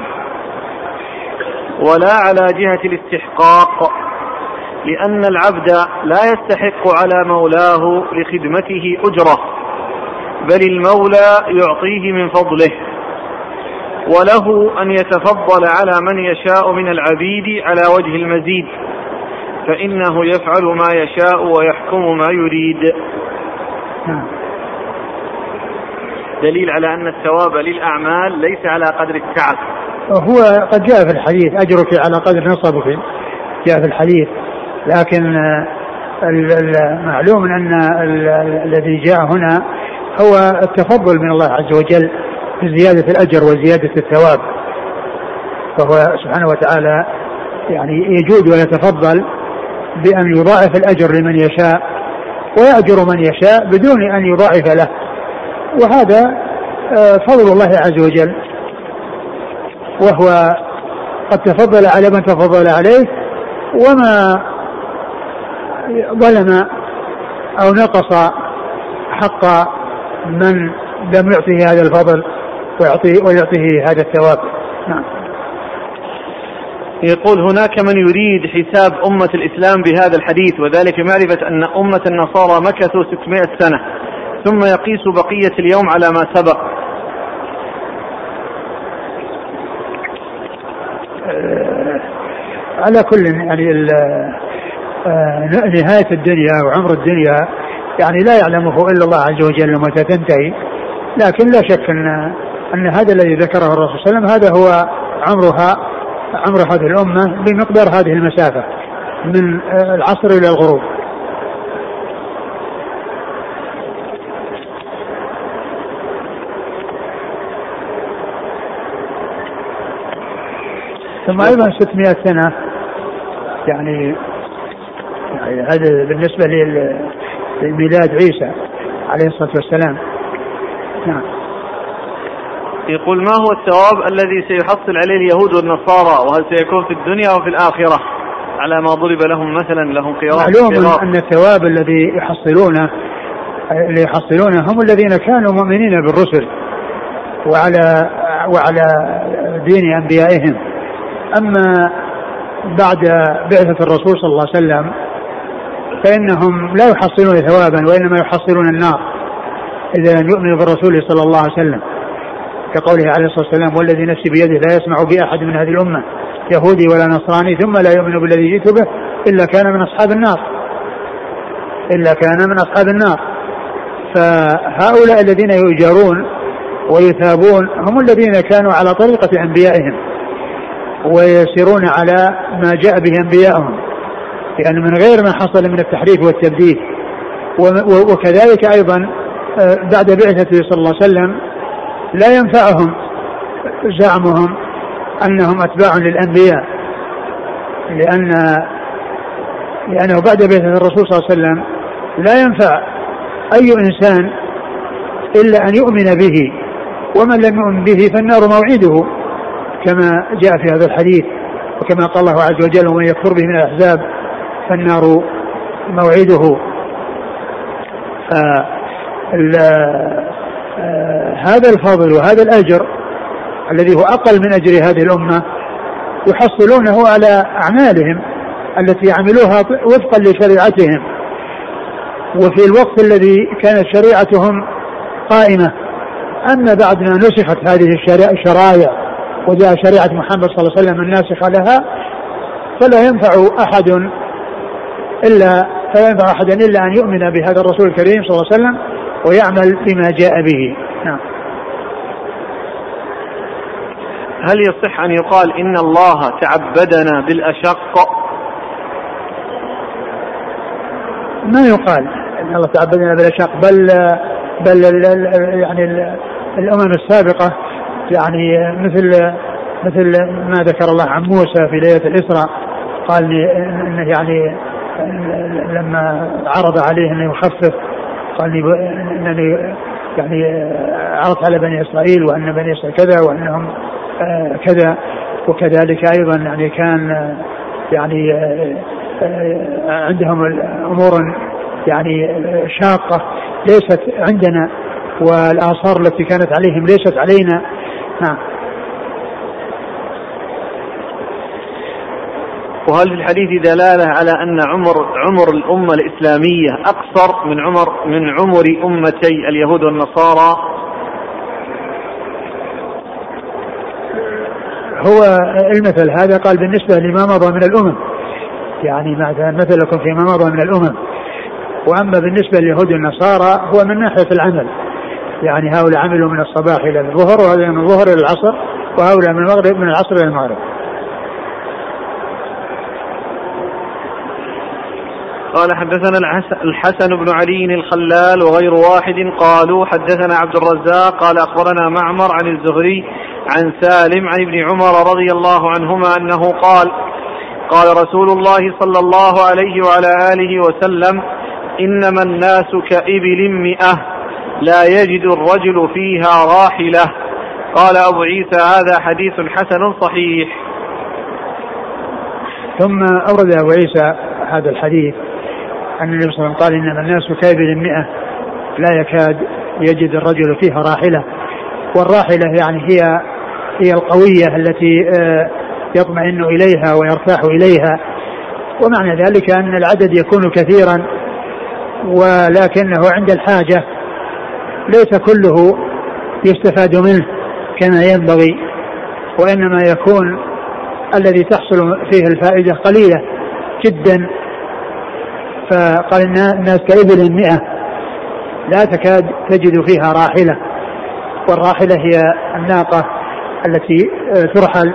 ولا على جهة الاستحقاق، لأن العبد لا يستحق على مولاه لخدمته أجرة، بل المولى يعطيه من فضله، وله أن يتفضل على من يشاء من العبيد على وجه المزيد، فإنه يفعل ما يشاء ويحكم ما يريد. دليل على أن الثواب للأعمال ليس على قدر التعب. هو قد جاء في الحديث أجرك على قدر نصبك، جاء في الحديث، لكن معلوم أن الذي جاء هنا هو التفضل من الله عز وجل في زيادة الأجر وزيادة الثواب، فهو سبحانه وتعالى يعني يجود ويتفضل بأن يضاعف الأجر لمن يشاء ويأجر من يشاء بدون أن يضاعف له، وهذا فضل الله عز وجل، وهو قد تفضل على من تفضل عليه، وما ظلم أو نقص حق من لم يعطيه هذا الفضل ويعطيه هذا الثواب. نعم. يقول هناك من يريد حساب أمة الإسلام بهذا الحديث، وذلك معرفة أن أمة النصارى مكثوا 600 سنة ثم يقيس بقية اليوم على ما سبق. على كل يعني نهاية الدنيا وعمر الدنيا يعني لا يعلمه إلا الله عز وجل متى تنتهي، لكن لا شك أن هذا الذي ذكره الرسول صلى الله عليه وسلم هذا هو عمر هذه الأمة بمقدار هذه المسافة من العصر إلى الغروب. ثم أيضا 600 سنة يعني هذا بالنسبة لميلاد عيسى عليه الصلاة والسلام. نعم. يقول ما هو الثواب الذي سيحصل عليه اليهود والنصارى، وهل سيكون في الدنيا وفي الآخرة؟ على ما ضرب لهم مثلا لهم قراء. معلوم أن الثواب الذي يحصلونه هم الذين كانوا مؤمنين بالرسل وعلى دين أنبيائهم. أما بعد بعثة الرسول صلى الله عليه وسلم فإنهم لا يحصلون ثوابا وإنما يحصلون النار إذا لم يؤمنوا بالرسول صلى الله عليه وسلم، كقوله عليه الصلاة والسلام: والذي نفسي بيده لا يسمع بأحد من هذه الأمة يهودي ولا نصراني ثم لا يؤمن بالذي جئت به إلا كان من أصحاب النار. فهؤلاء الذين يؤجرون ويثابون هم الذين كانوا على طريقة أنبيائهم ويسيرون على ما جاء به أنبيائهم، يعني من غير ما حصل من التحريف والتبديل. وكذلك أيضا بعد بعثته صلى الله عليه وسلم لا ينفعهم زعمهم أنهم أتباع للأنبياء، لأنه بعد بعثة الرسول صلى الله عليه وسلم لا ينفع أي إنسان إلا أن يؤمن به، ومن لم يؤمن به فالنار موعده كما جاء في هذا الحديث، وكما قال الله عز وجل: ومن يكفر به من الأحزاب فالنار موعده. هذا الفضل وهذا الأجر الذي هو أقل من أجر هذه الأمة يحصلونه على أعمالهم التي عملوها وفقا لشريعتهم، وفي الوقت الذي كانت شريعتهم قائمة. أما بعد ما نسخت هذه الشرائع وجاء شريعة محمد صلى الله عليه وسلم الناسخة لها فلا ينفع أحدا إلا أن يؤمن بهذا الرسول الكريم صلى الله عليه وسلم ويعمل بما جاء به. نعم. هل يصح أن يقال إن الله تعبدنا بالأشق؟ ما يقال إن الله تعبدنا بالأشق، بل يعني الأمم السابقة يعني مثل ما ذكر الله عن موسى في ليلة الإسراء، قال إنه يعني لما عرض عليه أنه يخفف قال إنني يعني عرضت على بني إسرائيل وأن بني إسرائيل كذا وأنهم كذا. وكذلك أيضا يعني كان يعني عندهم أمور يعني شاقة ليست عندنا، والآثار التي كانت عليهم ليست علينا. نعم. وهل في الحديث دلالة على أن عمر الأمة الإسلامية أقصر من عمر أمتي اليهود والنصارى؟ هو المثل هذا قال بالنسبة لما مضى من الأمم، يعني مثلكم فيما مضى من الأمم. وأما بالنسبة لليهود والنصارى هو من ناحية العمل، يعني هؤلاء عملوا من الصباح إلى الظهر، وهؤلاء من الظهر إلى العصر، وهؤلاء من المغرب من العصر إلى المغرب. قال حدثنا الحسن بن علي الخلال وغير واحد قالوا حدثنا عبد الرزاق قال أخبرنا معمر عن الزهري عن سالم عن ابن عمر رضي الله عنهما أنه قال: قال رسول الله صلى الله عليه وعلى آله وسلم: إنما الناس كإبل 100 لا يجد الرجل فيها راحلة. قال أبو عيسى: هذا حديث حسن صحيح. ثم أورد أبو عيسى هذا الحديث أن النبي صلى الله عليه وسلم قال: إنما الناس كإبل 100 لا يكاد يجد الرجل فيها راحلة. والراحلة يعني هي القوية التي يطمئن إليها ويرتاح إليها. ومعنى ذلك أن العدد يكون كثيرا، ولكنه عند الحاجة ليس كله يستفاد منه كما ينبغي، وإنما يكون الذي تحصل فيه الفائدة قليلة جدا. فقال الناس كإبل 100 لا تكاد تجد فيها راحلة. والراحلة هي الناقة التي ترحل،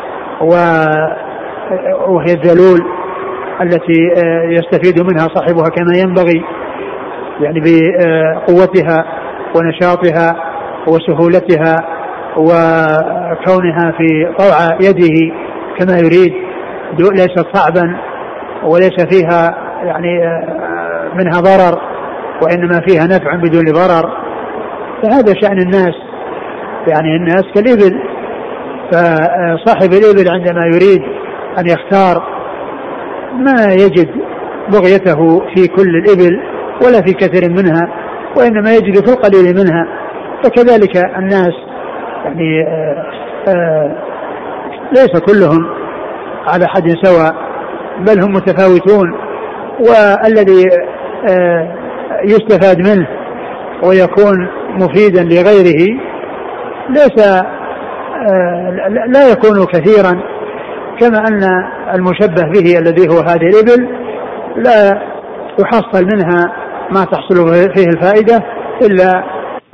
وهي الذلول التي يستفيد منها صاحبها كما ينبغي، يعني بقوتها ونشاطها وسهولتها وكونها في طوع يده كما يريد، ليست صعبا وليس فيها يعني منها ضرر، وإنما فيها نفع بدون ضرر. فهذا شأن الناس، يعني الناس كالإبل. فصاحب الإبل عندما يريد أن يختار ما يجد بغيته في كل الإبل ولا في كثير منها، وإنما يجد في القليل منها. فكذلك الناس يعني ليس كلهم على حد سواء، بل هم متفاوتون، والذي يستفاد منه ويكون مفيدا لغيره ليس لا يكون كثيرا، كما أن المشبه به الذي هو هذه الإبل لا يحصل منها ما تحصل فيه الفائدة إلا.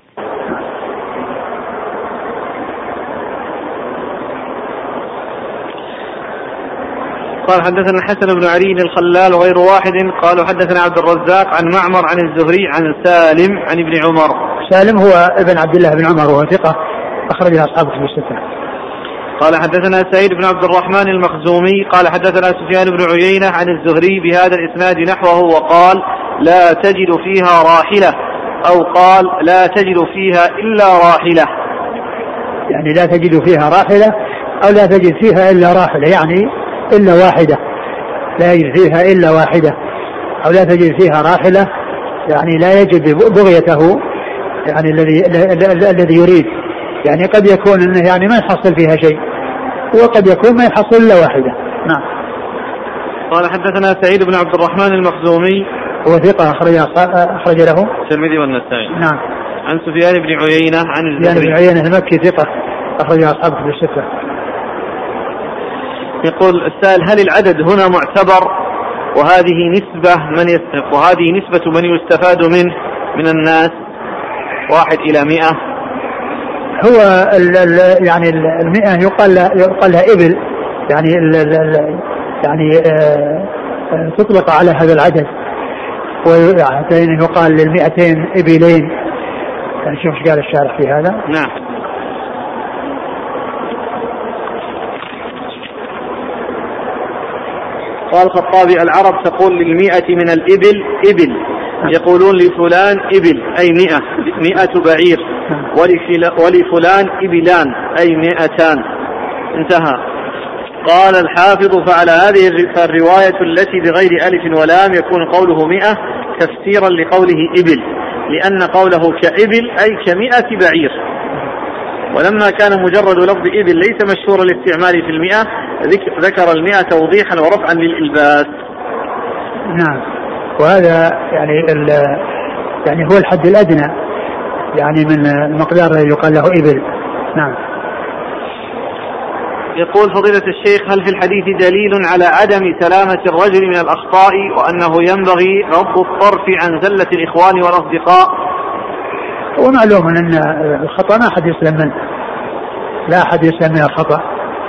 قال حدثنا الحسن بن علي الخلال وغير واحد قالوا حدثنا عبد الرزاق عن معمر عن الزهري عن سالم عن ابن عمر. سالم هو ابن عبد الله بن عمر وهو ثقة أخرجه أصحاب كتب الستة. قال حدثنا سعيد بن عبد الرحمن المخزومي قال حدثنا سفيان بن عيينة عن الزهري بهذا الإسناد نحوه وقال لا تجد فيها راحلة، أو قال لا تجد فيها إلا راحلة، يعني لا تجد فيها راحلة أو لا تجد فيها إلا راحلة، يعني إلا واحدة، لا يجد فيها إلا واحدة، أو لا تجد فيها راحلة يعني لا يجد بغيته يعني الذي يريد، يعني قد يكون انه يعني ما يحصل فيها شيء، وقد يكون ما يحصل الا واحده. نعم. قال حدثنا سعيد بن عبد الرحمن المخزومي هو ثقة أخرج له الترمذي والنسائي. نعم. عن سفيان بن عيينة عن الزهري. سفيان بن عيينة المكي ثقة أخرج أصحاب كتب الستة. يقول السائل هل العدد هنا معتبر، وهذه نسبة من يستفاد منه من الناس 1 إلى 100؟ هو يعني 100 يقال لها إبل، يعني يعني تطلق على هذا العدد، ويعني يقال لل200 إبلين. يعني شوف ايش قال الشارح في هذا. نعم. قال الخطابي العرب تقول لل100 من الإبل إبل، يقولون لفلان إبل أي 100 بعير، ولفلان إبلان أي 200. انتهى. قال الحافظ فعلى هذه الرواية التي بغير ألف ولام يكون قوله 100 تفسيرا لقوله إبل، لأن قوله كإبل أي ك100 بعير، ولما كان مجرد لفظ إبل ليس مشهور الاستعمال في 100 ذكر 100 توضيحا ورفعا للإلباس. نعم. وهذا يعني هو الحد الأدنى يعني من المقدار الذي يقال له إبل. نعم. يقول فضيلة الشيخ هل في الحديث دليل على عدم سلامة الرجل من الأخطاء، وأنه ينبغي غض الطرف عن زلة الإخوان والأصدقاء؟ ومعلوم أن الخطأ ما أحد يسلم منه، لا أحد يسلم من الخطأ،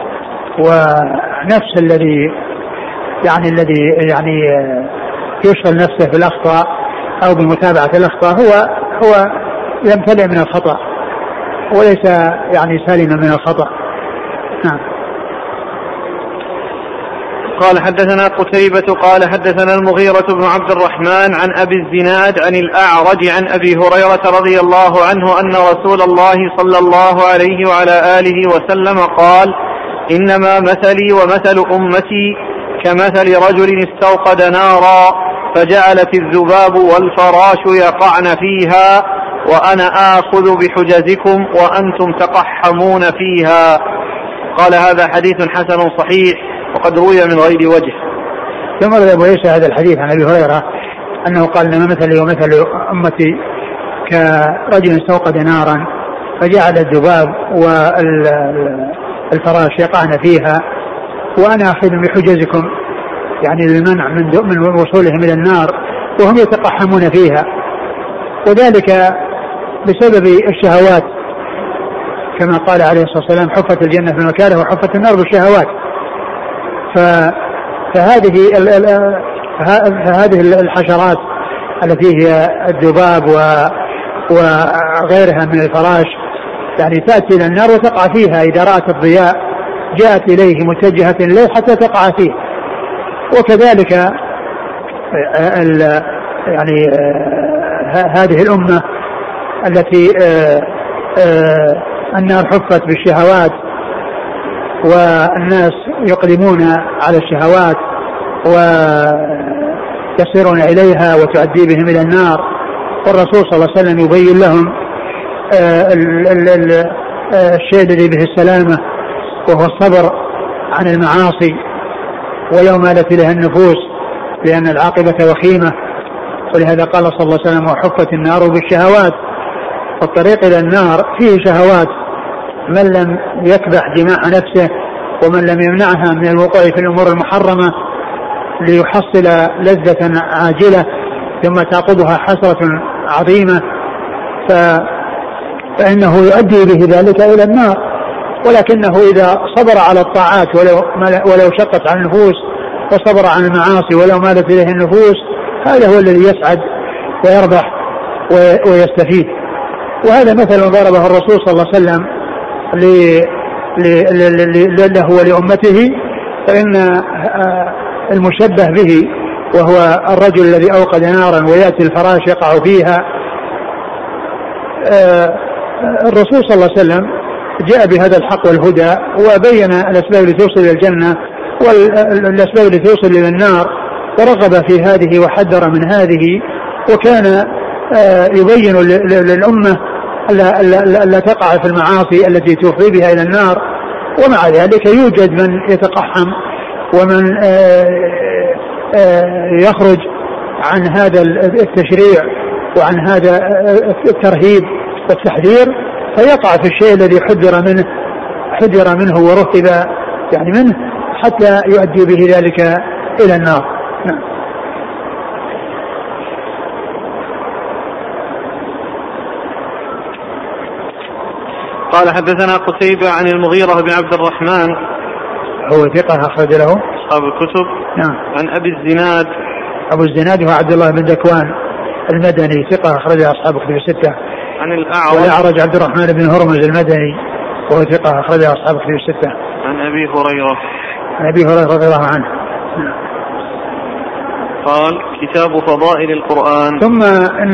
ونفس الذي يعني يشغل نفسه بالأخطاء أو بمتابعة الأخطاء هو يمتلئ من الخطأ وليس يعني سالما من الخطأ. نعم. قال حدثنا قتيبة قال حدثنا المغيرة بن عبد الرحمن عن أبي الزناد عن الأعرج عن أبي هريرة رضي الله عنه أن رسول الله صلى الله عليه وعلى آله وسلم قال إنما مثلي ومثل أمتي كمثل رجل استوقد نارا فجعلت الذباب والفراش يقعن فيها وأنا آخذ بحجزكم وأنتم تقحمون فيها. قال هذا حديث حسن صحيح وقد روي من غير وجه. ثم روى أبو عيسى هذا الحديث عن أبي هريرة أنه قال إنما مثلي ومثل أمتي كرجل استوقد نارا فجعل الذباب والفراش يقعن فيها وأنا أخذ بحجزكم، يعني للمنع من وصولهم إلى النار وهم يتقحمون فيها، وذلك بسبب الشهوات كما قال عليه الصلاة والسلام حفت الجنة بالمكاره وحفت النار بالشهوات. فهذه الحشرات التي هي الذباب وغيرها من الفراش يعني تأتي إلى النار وتقع فيها، إذا رأت الضياء جاءت إليه متجهة إليه حتى تقع فيه. وكذلك يعني هذه الأمة التي النار حفت بالشهوات والناس يقدمون على الشهوات ويصيرون إليها وتؤدي بهم إلى النار. والرسول صلى الله عليه وسلم يبين لهم الشيء الذي به السلامة، وهو الصبر عن المعاصي ولو مالت إليها النفوس، لأن العاقبة وخيمة. ولهذا قال صلى الله عليه وسلم: وحفت النار بالشهوات. والطريق إلى النار فيه شهوات، من لم يكبح جماع نفسه ومن لم يمنعها من الوقوع في الأمور المحرمة ليحصل لذة عاجلة ثم تعقبها حسرة عظيمة، فإنه يؤدي به ذلك إلى النار. ولكنه إذا صبر على الطاعات ولو شقت عن النفوس، وصبر عن المعاصي ولو مالت إليه النفوس، هذا هو الذي يسعد ويربح ويستفيد. وهذا مثل ضربه الرسول صلى الله عليه وسلم له ولأمته. فإن المشبه به وهو الرجل الذي أوقد نارا ويأتي الفراش يقع فيها، الرسول صلى الله عليه وسلم جاء بهذا الحق والهدى وبين الأسباب التي توصل إلى الجنة والأسباب التي توصل إلى النار، ورغب في هذه وحذر من هذه، وكان يبين للأمة لا تقع في المعاصي التي تفضي بها إلى النار. ومع ذلك يوجد من يتقحم ومن يخرج عن هذا التشريع وعن هذا الترهيب والتحذير، فيقع في الشيء الذي حذر منه ورهب يعني منه حتى يؤدي به ذلك إلى النار. قال: حدثنا قتيبة عن المغيرة بن عبد الرحمن، هو ثقة أخرج له أصحاب الكتب. نعم. عن أبي الزناد، أبو الزناد هو عبد الله بن ذكوان المدني، ثقة أخرج أصحاب الكتب الستة. عن الأعرج، والأعرج عبد الرحمن بن هرمز المدني وهو ثقة أخرج أصحاب الكتب الستة. عن أبي هريرة، عن أبي هريرة رضي الله عنه قال: كتاب فضائل القرآن. ثم أن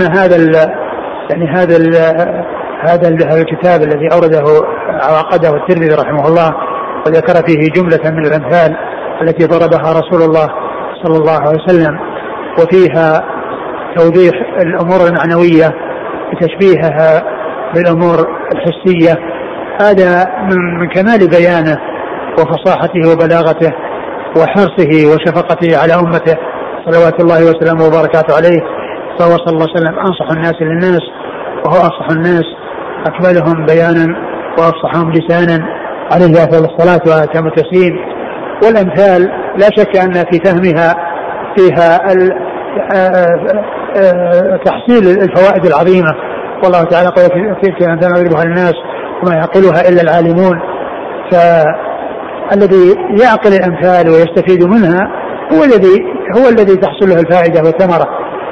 هذا الكتاب الذي أورده عقده الترمذي رحمه الله، وذكر فيه جملة من الأمثال التي ضربها رسول الله صلى الله عليه وسلم، وفيها توضيح الأمور المعنوية بتشبيهها بالأمور الحسية. هذا من كمال بيانه وفصاحته وبلاغته وحرصه وشفقته على أمته صلوات الله وسلامه وبركاته عليه. فهو صلى الله عليه وسلم أنصح الناس للناس، وهو أصح الناس أكملهم بيانا وأفصحهم لسانا، عليه أفضل الصلاة وأتم التسليم. والأمثال لا شك أن في فهمها فيها تحصيل الفوائد العظيمة. والله تعالى قال: في الأمثال نضربها للناس وما يعقلها إلا العالمون. فالذي يعقل الأمثال ويستفيد منها هو الذي تحصل له الفائدة والثمرة.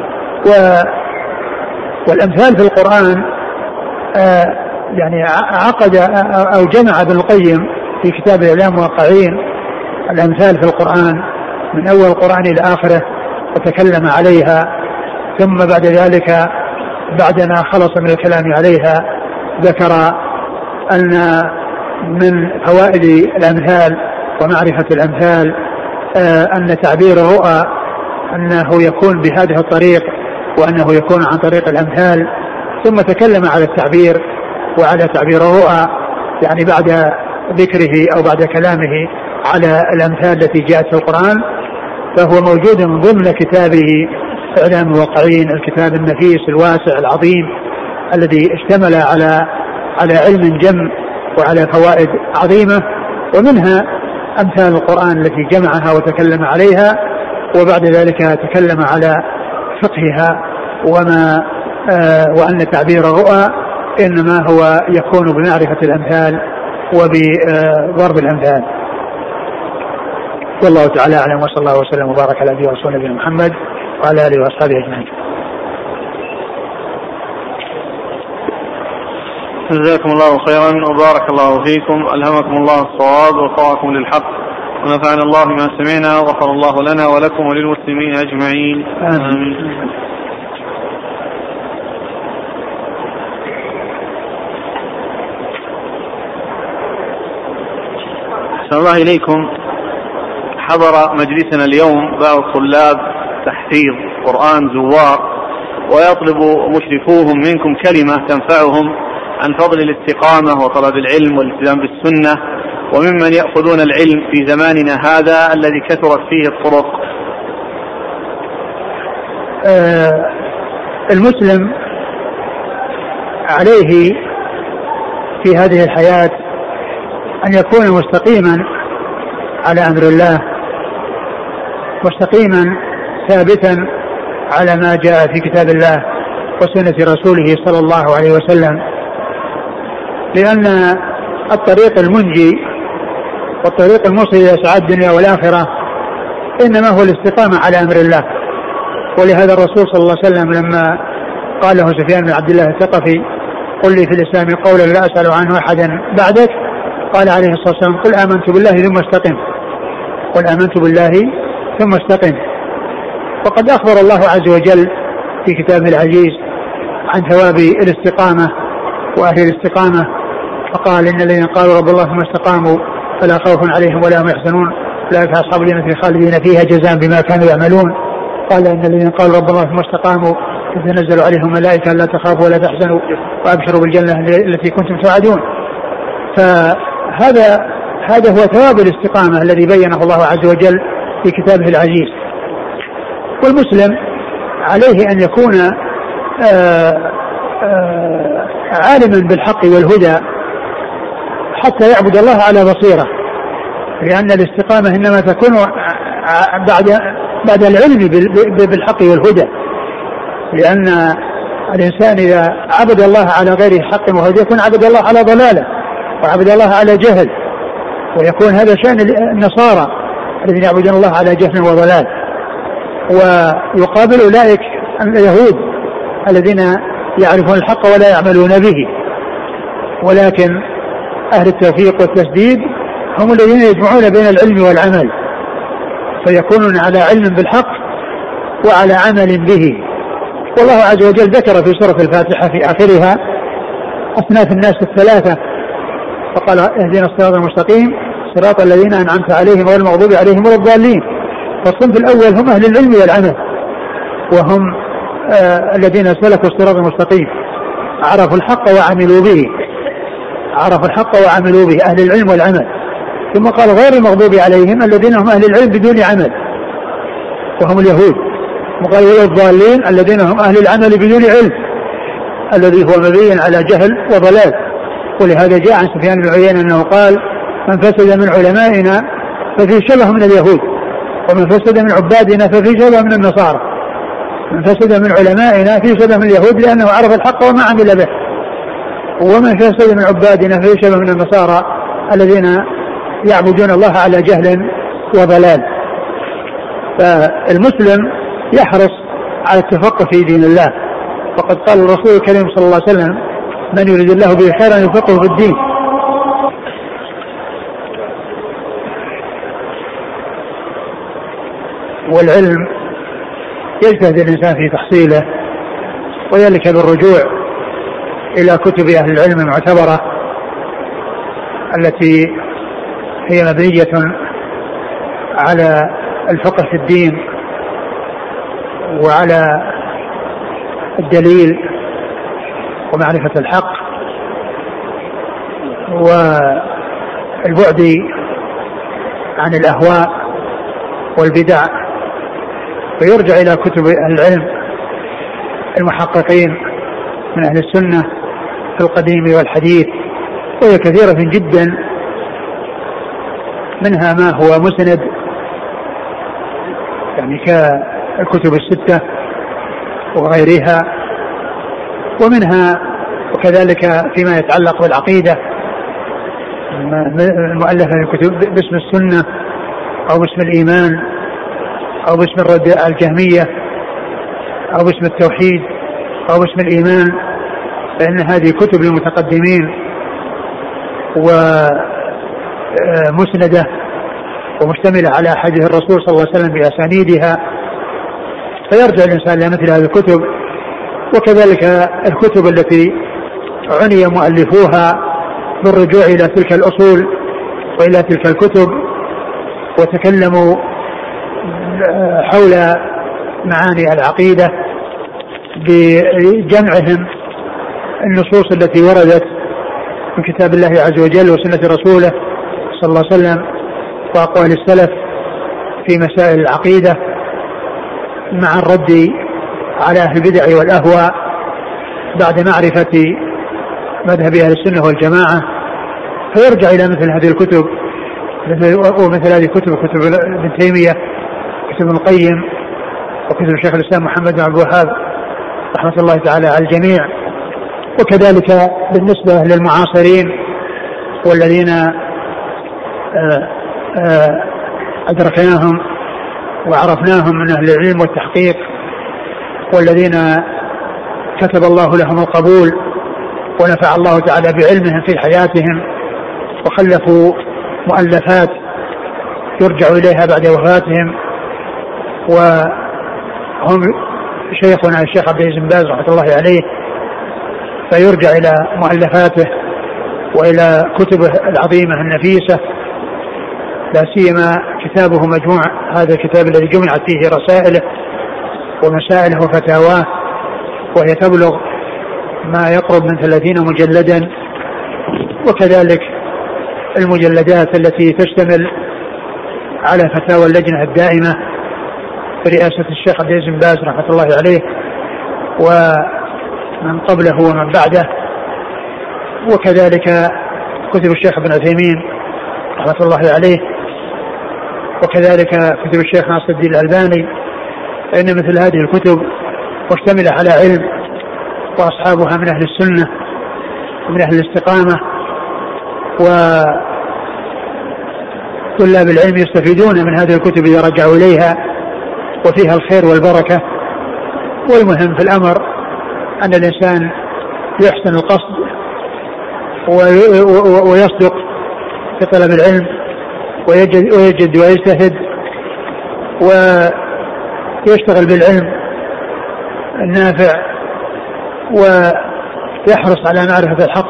والأمثال في القرآن يعني عقد أو جمع ابن القيم في كتاب الإعلام والواقعين الأمثال في القرآن من أول القرآن إلى آخره وتكلم عليها. ثم بعد ذلك بعدما خلص من الكلام عليها ذكر أن من فوائد الأمثال ومعرفة الأمثال أن تعبير الرؤى أنه يكون بهذه الطريق، وأنه يكون عن طريق الأمثال. ثم تكلم على التعبير وعلى تعبير الرؤى، يعني بعد ذكره أو بعد كلامه على الأمثال التي جاءت في القرآن. فهو موجود من ضمن كتابه إعلام الواقعين، الكتاب النفيس الواسع العظيم الذي اشتمل على علم جم وعلى فوائد عظيمة، ومنها أمثال القرآن التي جمعها وتكلم عليها. وبعد ذلك تكلم على فقهها وأن تعبير الرؤى إنما هو يكون بمعرفة الأمثال وبضرب الأمثال. والله تعالى أعلم، وصلى الله وسلم وبارك على نبينا ورسوله نبينا محمد وعلى آله وأصحابه أجمعين. جزاكم الله خيرا وبارك الله فيكم، ألهمكم الله الصواب ووفقكم للحق، ونفعنا الله بما سمعنا، وغفر الله لنا ولكم وللمسلمين أجمعين. آمين. أحسن الله إليكم. حضر مجلسنا اليوم بعض طلاب تحفيظ قرآن زوار، ويطلب مشرفوهم منكم كلمة تنفعهم عن فضل الاستقامة وطلب العلم والالتزام بالسنة، وممن يأخذون العلم في زماننا هذا الذي كثرت فيه الطرق. المسلم عليه في هذه الحياة أن يكون مستقيما على أمر الله، مستقيما ثابتا على ما جاء في كتاب الله وسنة رسوله صلى الله عليه وسلم، لأن الطريق المنجي والطريق الموصل إلى سعادة الدنيا والآخرة إنما هو الاستقامة على أمر الله. ولهذا الرسول صلى الله عليه وسلم لما قال له سفيان بن عبد الله الثقفي: قل لي في الإسلام قولا لا أسأل عنه أحدا بعدك، قال عليه الصلاة والسلام: قل آمنت بالله ثم استقم، قل آمنت بالله ثم استقم. وقد أخبر الله عز وجل في كتابه العزيز عن ثواب الاستقامة وأهل الاستقامة، فقال: إن الذين قالوا رب الله ثم استقاموا فلا خوف عليهم ولا هم يحزنون أولئك أصحاب الجنة خالدين فيها جزاء بما كانوا يعملون. قال: إن الذين قالوا رب الله ثم استقاموا تتنزل عليهم ملائكة لا تخافوا ولا تحزنوا وأبشروا بالجنة التي كنتم توعدون. فهذا هو ثواب الاستقامة الذي بينه الله عز وجل في كتابه العزيز. والمسلم عليه أن يكون عالما بالحق والهدى حتى يعبد الله على بصيرة، لأن الاستقامة إنما تكون بعد العلم بالحق والهدى، لأن الإنسان إذا عبد الله على غير حق وهدى يكون عبد الله على ضلالة وعبد الله على جهل، ويكون هذا شأن النصارى الذين يعبدون الله على جهل وضلال. ويقابل أولئك اليهود الذين يعرفون الحق ولا يعملون به. ولكن أهل التوفيق والتسديد هم الذين يجمعون بين العلم والعمل، فيكونون على علم بالحق وعلى عمل به. والله عز وجل ذكر في سورة الفاتحة في آخرها أصناف الناس الثلاثة، فقال: اهدنا الصراط المستقيم صراط الذين أنعمت عليهم غير المغضوب عليهم ولا الضالين. فالصنف الأول هم أهل العلم والعمل، وهم الذين سلكوا الصراط المستقيم، عرفوا الحق وعملوا به، عرفوا الحق وعملوا به، أهل العلم والعمل. ثم قال: غير المغضوب عليهم الذين هم أهل العلم بدون عمل، وهم اليهود. وقال: ولا الضالين الذين هم أهل العمل بدون علم، الذي هو مبين على جهل وضلال. ولهذا جاء عن سفيان بن عيينة أنه قال: من فسد من علمائنا ففي شبه من اليهود، ومن فسد من عبادنا ففي شبه من النصارى. من فسد من علمائنا في شبه من اليهود لأنه عرف الحق وما عمل به، ومن فسد من عبادنا في شبه من النصارى الذين يعبدون الله على جهل وضلال. فالمسلم يحرص على التفقه في دين الله، وقد قال الرسول الكريم صلى الله عليه وسلم: من يريد الله به خيرا يفقهه في الدين. والعلم يجتهد الإنسان في تحصيله، وذلك بالرجوع إلى كتب أهل العلم المعتبرة التي هي مبنية على الفقه في الدين وعلى الدليل ومعرفة الحق والبعد عن الأهواء والبدع. فيرجع إلى كتب العلم المحققين من أهل السنة في القديم والحديث، وهي كثيرة جدا، منها ما هو مسند يعني كالكتب الستة وغيرها، ومنها وكذلك فيما يتعلق بالعقيدة المؤلفة في كتب باسم السنة أو باسم الإيمان أو باسم الرد الجهمية أو باسم التوحيد أو باسم الإيمان، فإن هذه كتب للمتقدمين ومسندة ومشتملة على حديث الرسول صلى الله عليه وسلم بأسانيدها، فيرجع الإنسان إلى مثل هذه الكتب. وكذلك الكتب التي عني مؤلفوها بالرجوع إلى تلك الأصول وإلى تلك الكتب وتكلموا حول معاني العقيدة بجمعهم النصوص التي وردت من كتاب الله عز وجل وسنة رسوله صلى الله عليه وسلم وأقوال السلف في مسائل العقيدة مع الرد على أهل البدع والأهواء بعد معرفة مذهب أهل السنة والجماعة، فيرجع إلى مثل هذه الكتب ومثل هذه الكتب، كتب ابن تيمية، كتب ابن القيم، وكتب الشيخ الإسلام محمد بن عبد الوهاب رحمة الله تعالى على الجميع. وكذلك بالنسبة للمعاصرين والذين أدركناهم وعرفناهم من أهل العلم والتحقيق والذين كتب الله لهم القبول ونفع الله تعالى بعلمهم في حياتهم وخلفوا مؤلفات يرجع إليها بعد وفاتهم، وهم شيخنا الشيخ عبد العزيز بن باز رحمة الله عليه، فيرجع إلى مؤلفاته وإلى كتبه العظيمة النفيسة، لا سيما كتابه مجموع، هذا الكتاب الذي جمعت فيه رسائله ومسائله وفتاواه، وهي تبلغ ما يقرب من 30 مجلدا، وكذلك المجلدات التي تشتمل على فتاوى اللجنة الدائمة برئاسة الشيخ عبد العزيز بن باز رحمة الله عليه ومن قبله ومن بعده، وكذلك كتب الشيخ ابن عثيمين رحمة الله عليه، وكذلك كتب الشيخ ناصر الدين الألباني. فإن مثل هذه الكتب مشتملة على علم، وأصحابها من أهل السنة ومن أهل الاستقامة، وطلاب العلم يستفيدون من هذه الكتب إذا رجعوا إليها، وفيها الخير والبركة. والمهم في الأمر أن الإنسان يحسن القصد ويصدق في طلب العلم ويجد ويجتهد ويشتغل بالعلم النافع ويحرص على معرفة الحق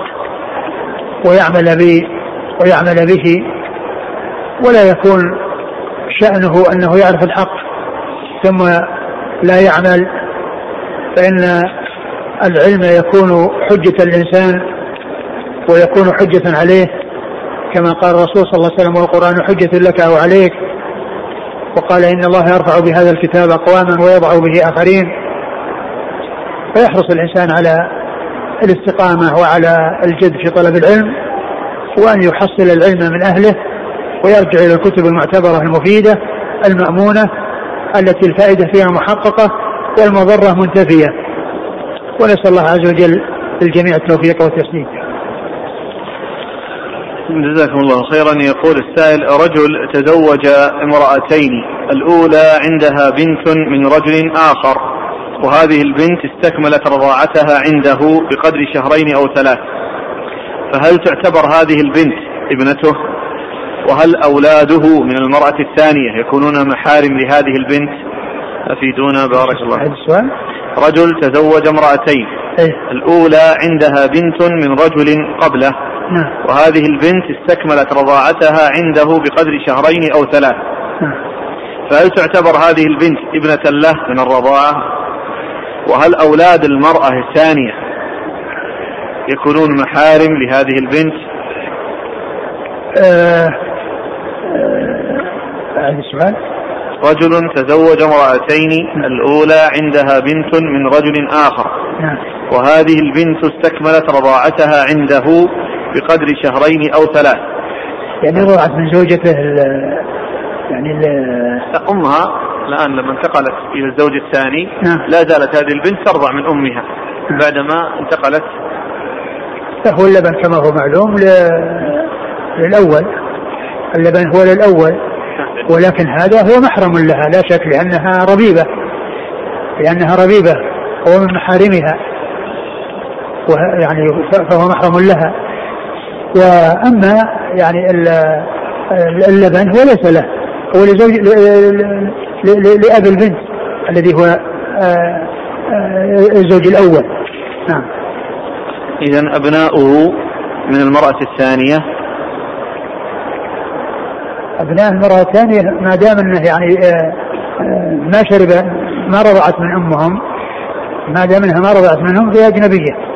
ويعمل به، ولا يكون شأنه أنه يعرف الحق ثم لا يعمل، فإن العلم يكون حجة الإنسان ويكون حجة عليه، كما قال الرسول صلى الله عليه وسلم: والقرآن حجة لك أو عليك. وقال: إن الله يرفع بهذا الكتاب أقواما ويضع به آخرين. فيحرص الإنسان على الاستقامة وعلى الجد في طلب العلم، وأن يحصل العلم من أهله، ويرجع إلى الكتب المعتبرة المفيدة المأمونة التي الفائدة فيها محققة والمضرة منتفية. ونسأل الله عز وجل للجميع التوفيق والتسديد. جزاكم الله خيرا. يقول السائل: رجل تزوج امرأتين، الأولى عندها بنت من رجل آخر، وهذه البنت استكملت رضاعتها عنده بقدر 2 أو 3، فهل تعتبر هذه البنت ابنته؟ وهل أولاده من المرأة الثانية يكونون محارم لهذه البنت؟ أفيدونا بارك الله. السؤال: رجل تزوج امرأتين، الأولى عندها بنت من رجل قبله، وهذه البنت استكملت رضاعتها عنده بقدر 2 أو 3، فهل تعتبر هذه البنت ابنة له من الرضاعة؟ وهل أولاد المرأة الثانية يكونون محارم لهذه البنت؟ هذا السؤال: رجل تزوج امرأتين، الأولى عندها بنت من رجل آخر، وهذه البنت استكملت رضاعتها عنده بقدر 2 أو 3. يعني رضعت من زوجته يعني أمها الآن لما انتقلت إلى الزوج الثاني لا زالت هذه البنت ترضع من أمها بعدما انتقلت. فهو اللبن كما هو معلوم للأول، اللبن هو للأول، ولكن هذا هو محرم لها لا شك، لأنها ربيبة هو من محارمها، يعني فهو محرم لها. وأما يعني اللبن هو ليس له، هو لأب البنت الذي هو الزوج الأول. نعم. إذن أبناؤه من المرأة الثانية أبناء المرأة الثانية ما دام أنه يعني ما شرب ما رضعت من أمهم، ما دام أنها ما رضعت منهم فهي أجنبية.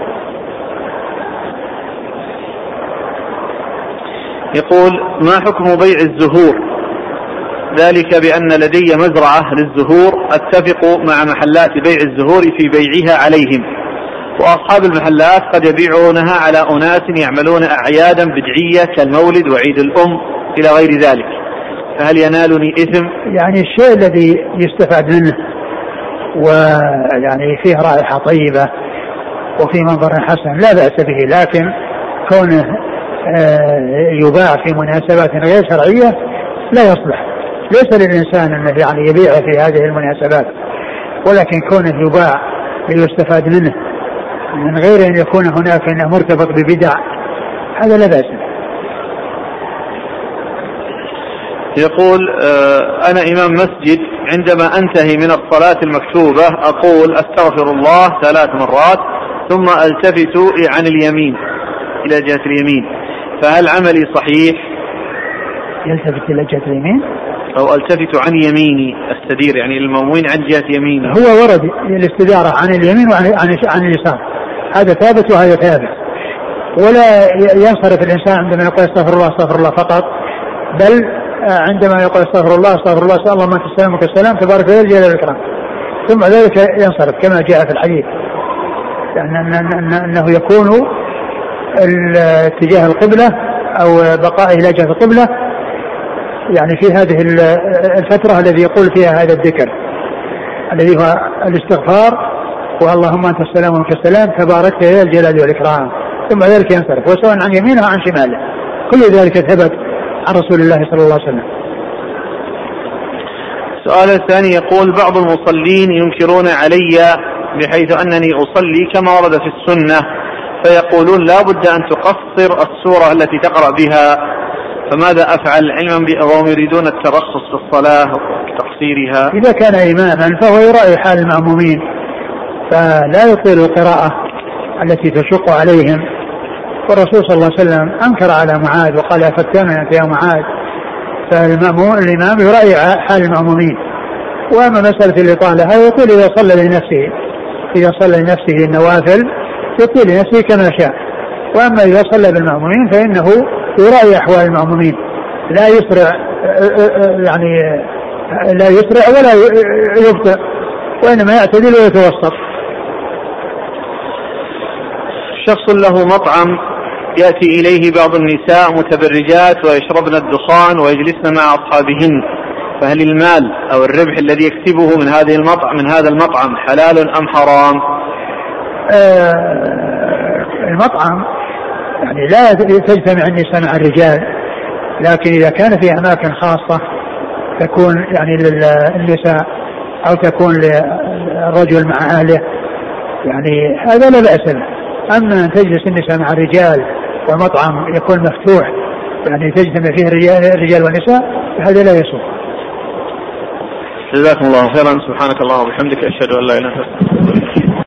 يقول: ما حكم بيع الزهور؟ ذلك بأن لدي مزرعة للزهور أتفق مع محلات بيع الزهور في بيعها عليهم، وأصحاب المحلات قد يبيعونها على أناس يعملون أعيادا بدعية كالمولد وعيد الأم إلى غير ذلك، فهل ينالني إثم؟ يعني الشيء الذي يستفاد منه ويعني فيه رائحة طيبة وفيه منظر حسن لا بأس به، لكن كونه يباع في مناسبات غير شرعية لا يصلح. ليس للإنسان أنه يعني يبيع في هذه المناسبات، ولكن كونه يباع ليستفاد منه من غير أن يكون هناك أنه مرتبط ببدع هذا لا بأس. يقول: أنا إمام مسجد، عندما أنتهي من الصلاة المكتوبة أقول أستغفر الله 3 مرات ثم ألتفت عن اليمين إلى جهة اليمين، فهل عملي صحيح؟ يلتفت إلى جهة اليمين أو ألتفت عن يميني أستدير يعني المأمومين عن جهة يميني. هو ورد الاستدارة عن اليمين وعن اليسار، هذا ثابت وهذا ثابت، ولا ينصرف الإنسان عندما يقول استغفر الله استغفر الله فقط، بل عندما يقول استغفر الله استغفر الله اللهم أنت السلام ومنك السلام تبارك وتعالى جل الإكرام، ثم ذلك ينصرف كما جاء في الحديث أنه يكون اتجاه القبلة أو بقائه إلى جهة القبلة يعني في هذه الفترة الذي يقول فيها هذا الذكر الذي هو الاستغفار واللهم أنت السلام ومنك السلام تبارك يا الجلال والإكرام، ثم ذلك ينصرف وسواء عن يمينه أو عن شماله، كل ذلك ثبت عن رسول الله صلى الله عليه وسلم. السؤال الثاني يقول: بعض المصلين ينكرون علي بحيث أنني أصلي كما ورد في السنة، فيقولون لا بد أن تقصر السورة التي تقرأ بها، فماذا أفعل علما بأنهم يريدون الترخص في الصلاة وتقصيرها؟ إذا كان إماما فهو يراعي حال المأمومين فلا يطيل القراءة التي تشق عليهم، والرسول صلى الله عليه وسلم أنكر على معاذ وقال أفتانا أنت يا معاذ، فالإمام يراعي حال المأمومين. وأما مسألة الإطالة هذا يقول إذا صلى لنفسه النوافل يطيل لنفسه كما شاء، وأما إذا صلى بالمأمومين فإنه يراعي أحوال المأمومين، لا يسرع يعني لا يسرع ولا يبطئ، وإنما يعتدل ويتوسط. شخص له مطعم يأتي إليه بعض النساء متبرجات ويشربن الدخان ويجلسن مع أصحابهن، فهل المال أو الربح الذي يكسبه من هذا المطعم حلال أم حرام؟ المطعم يعني لا تجتمع النساء مع الرجال، لكن إذا كان في أماكن خاصة تكون يعني للنساء أو تكون للرجل مع أهله يعني هذا لا بأس له. أما أن تجلس النساء مع الرجال ومطعم يكون مفتوح يعني تجتمع فيه الرجال والنساء هذا لا يسوق. جزاكم الله خيرا. سبحانك اللهم وبحمدك أشهد أن لا إله إلا أنت.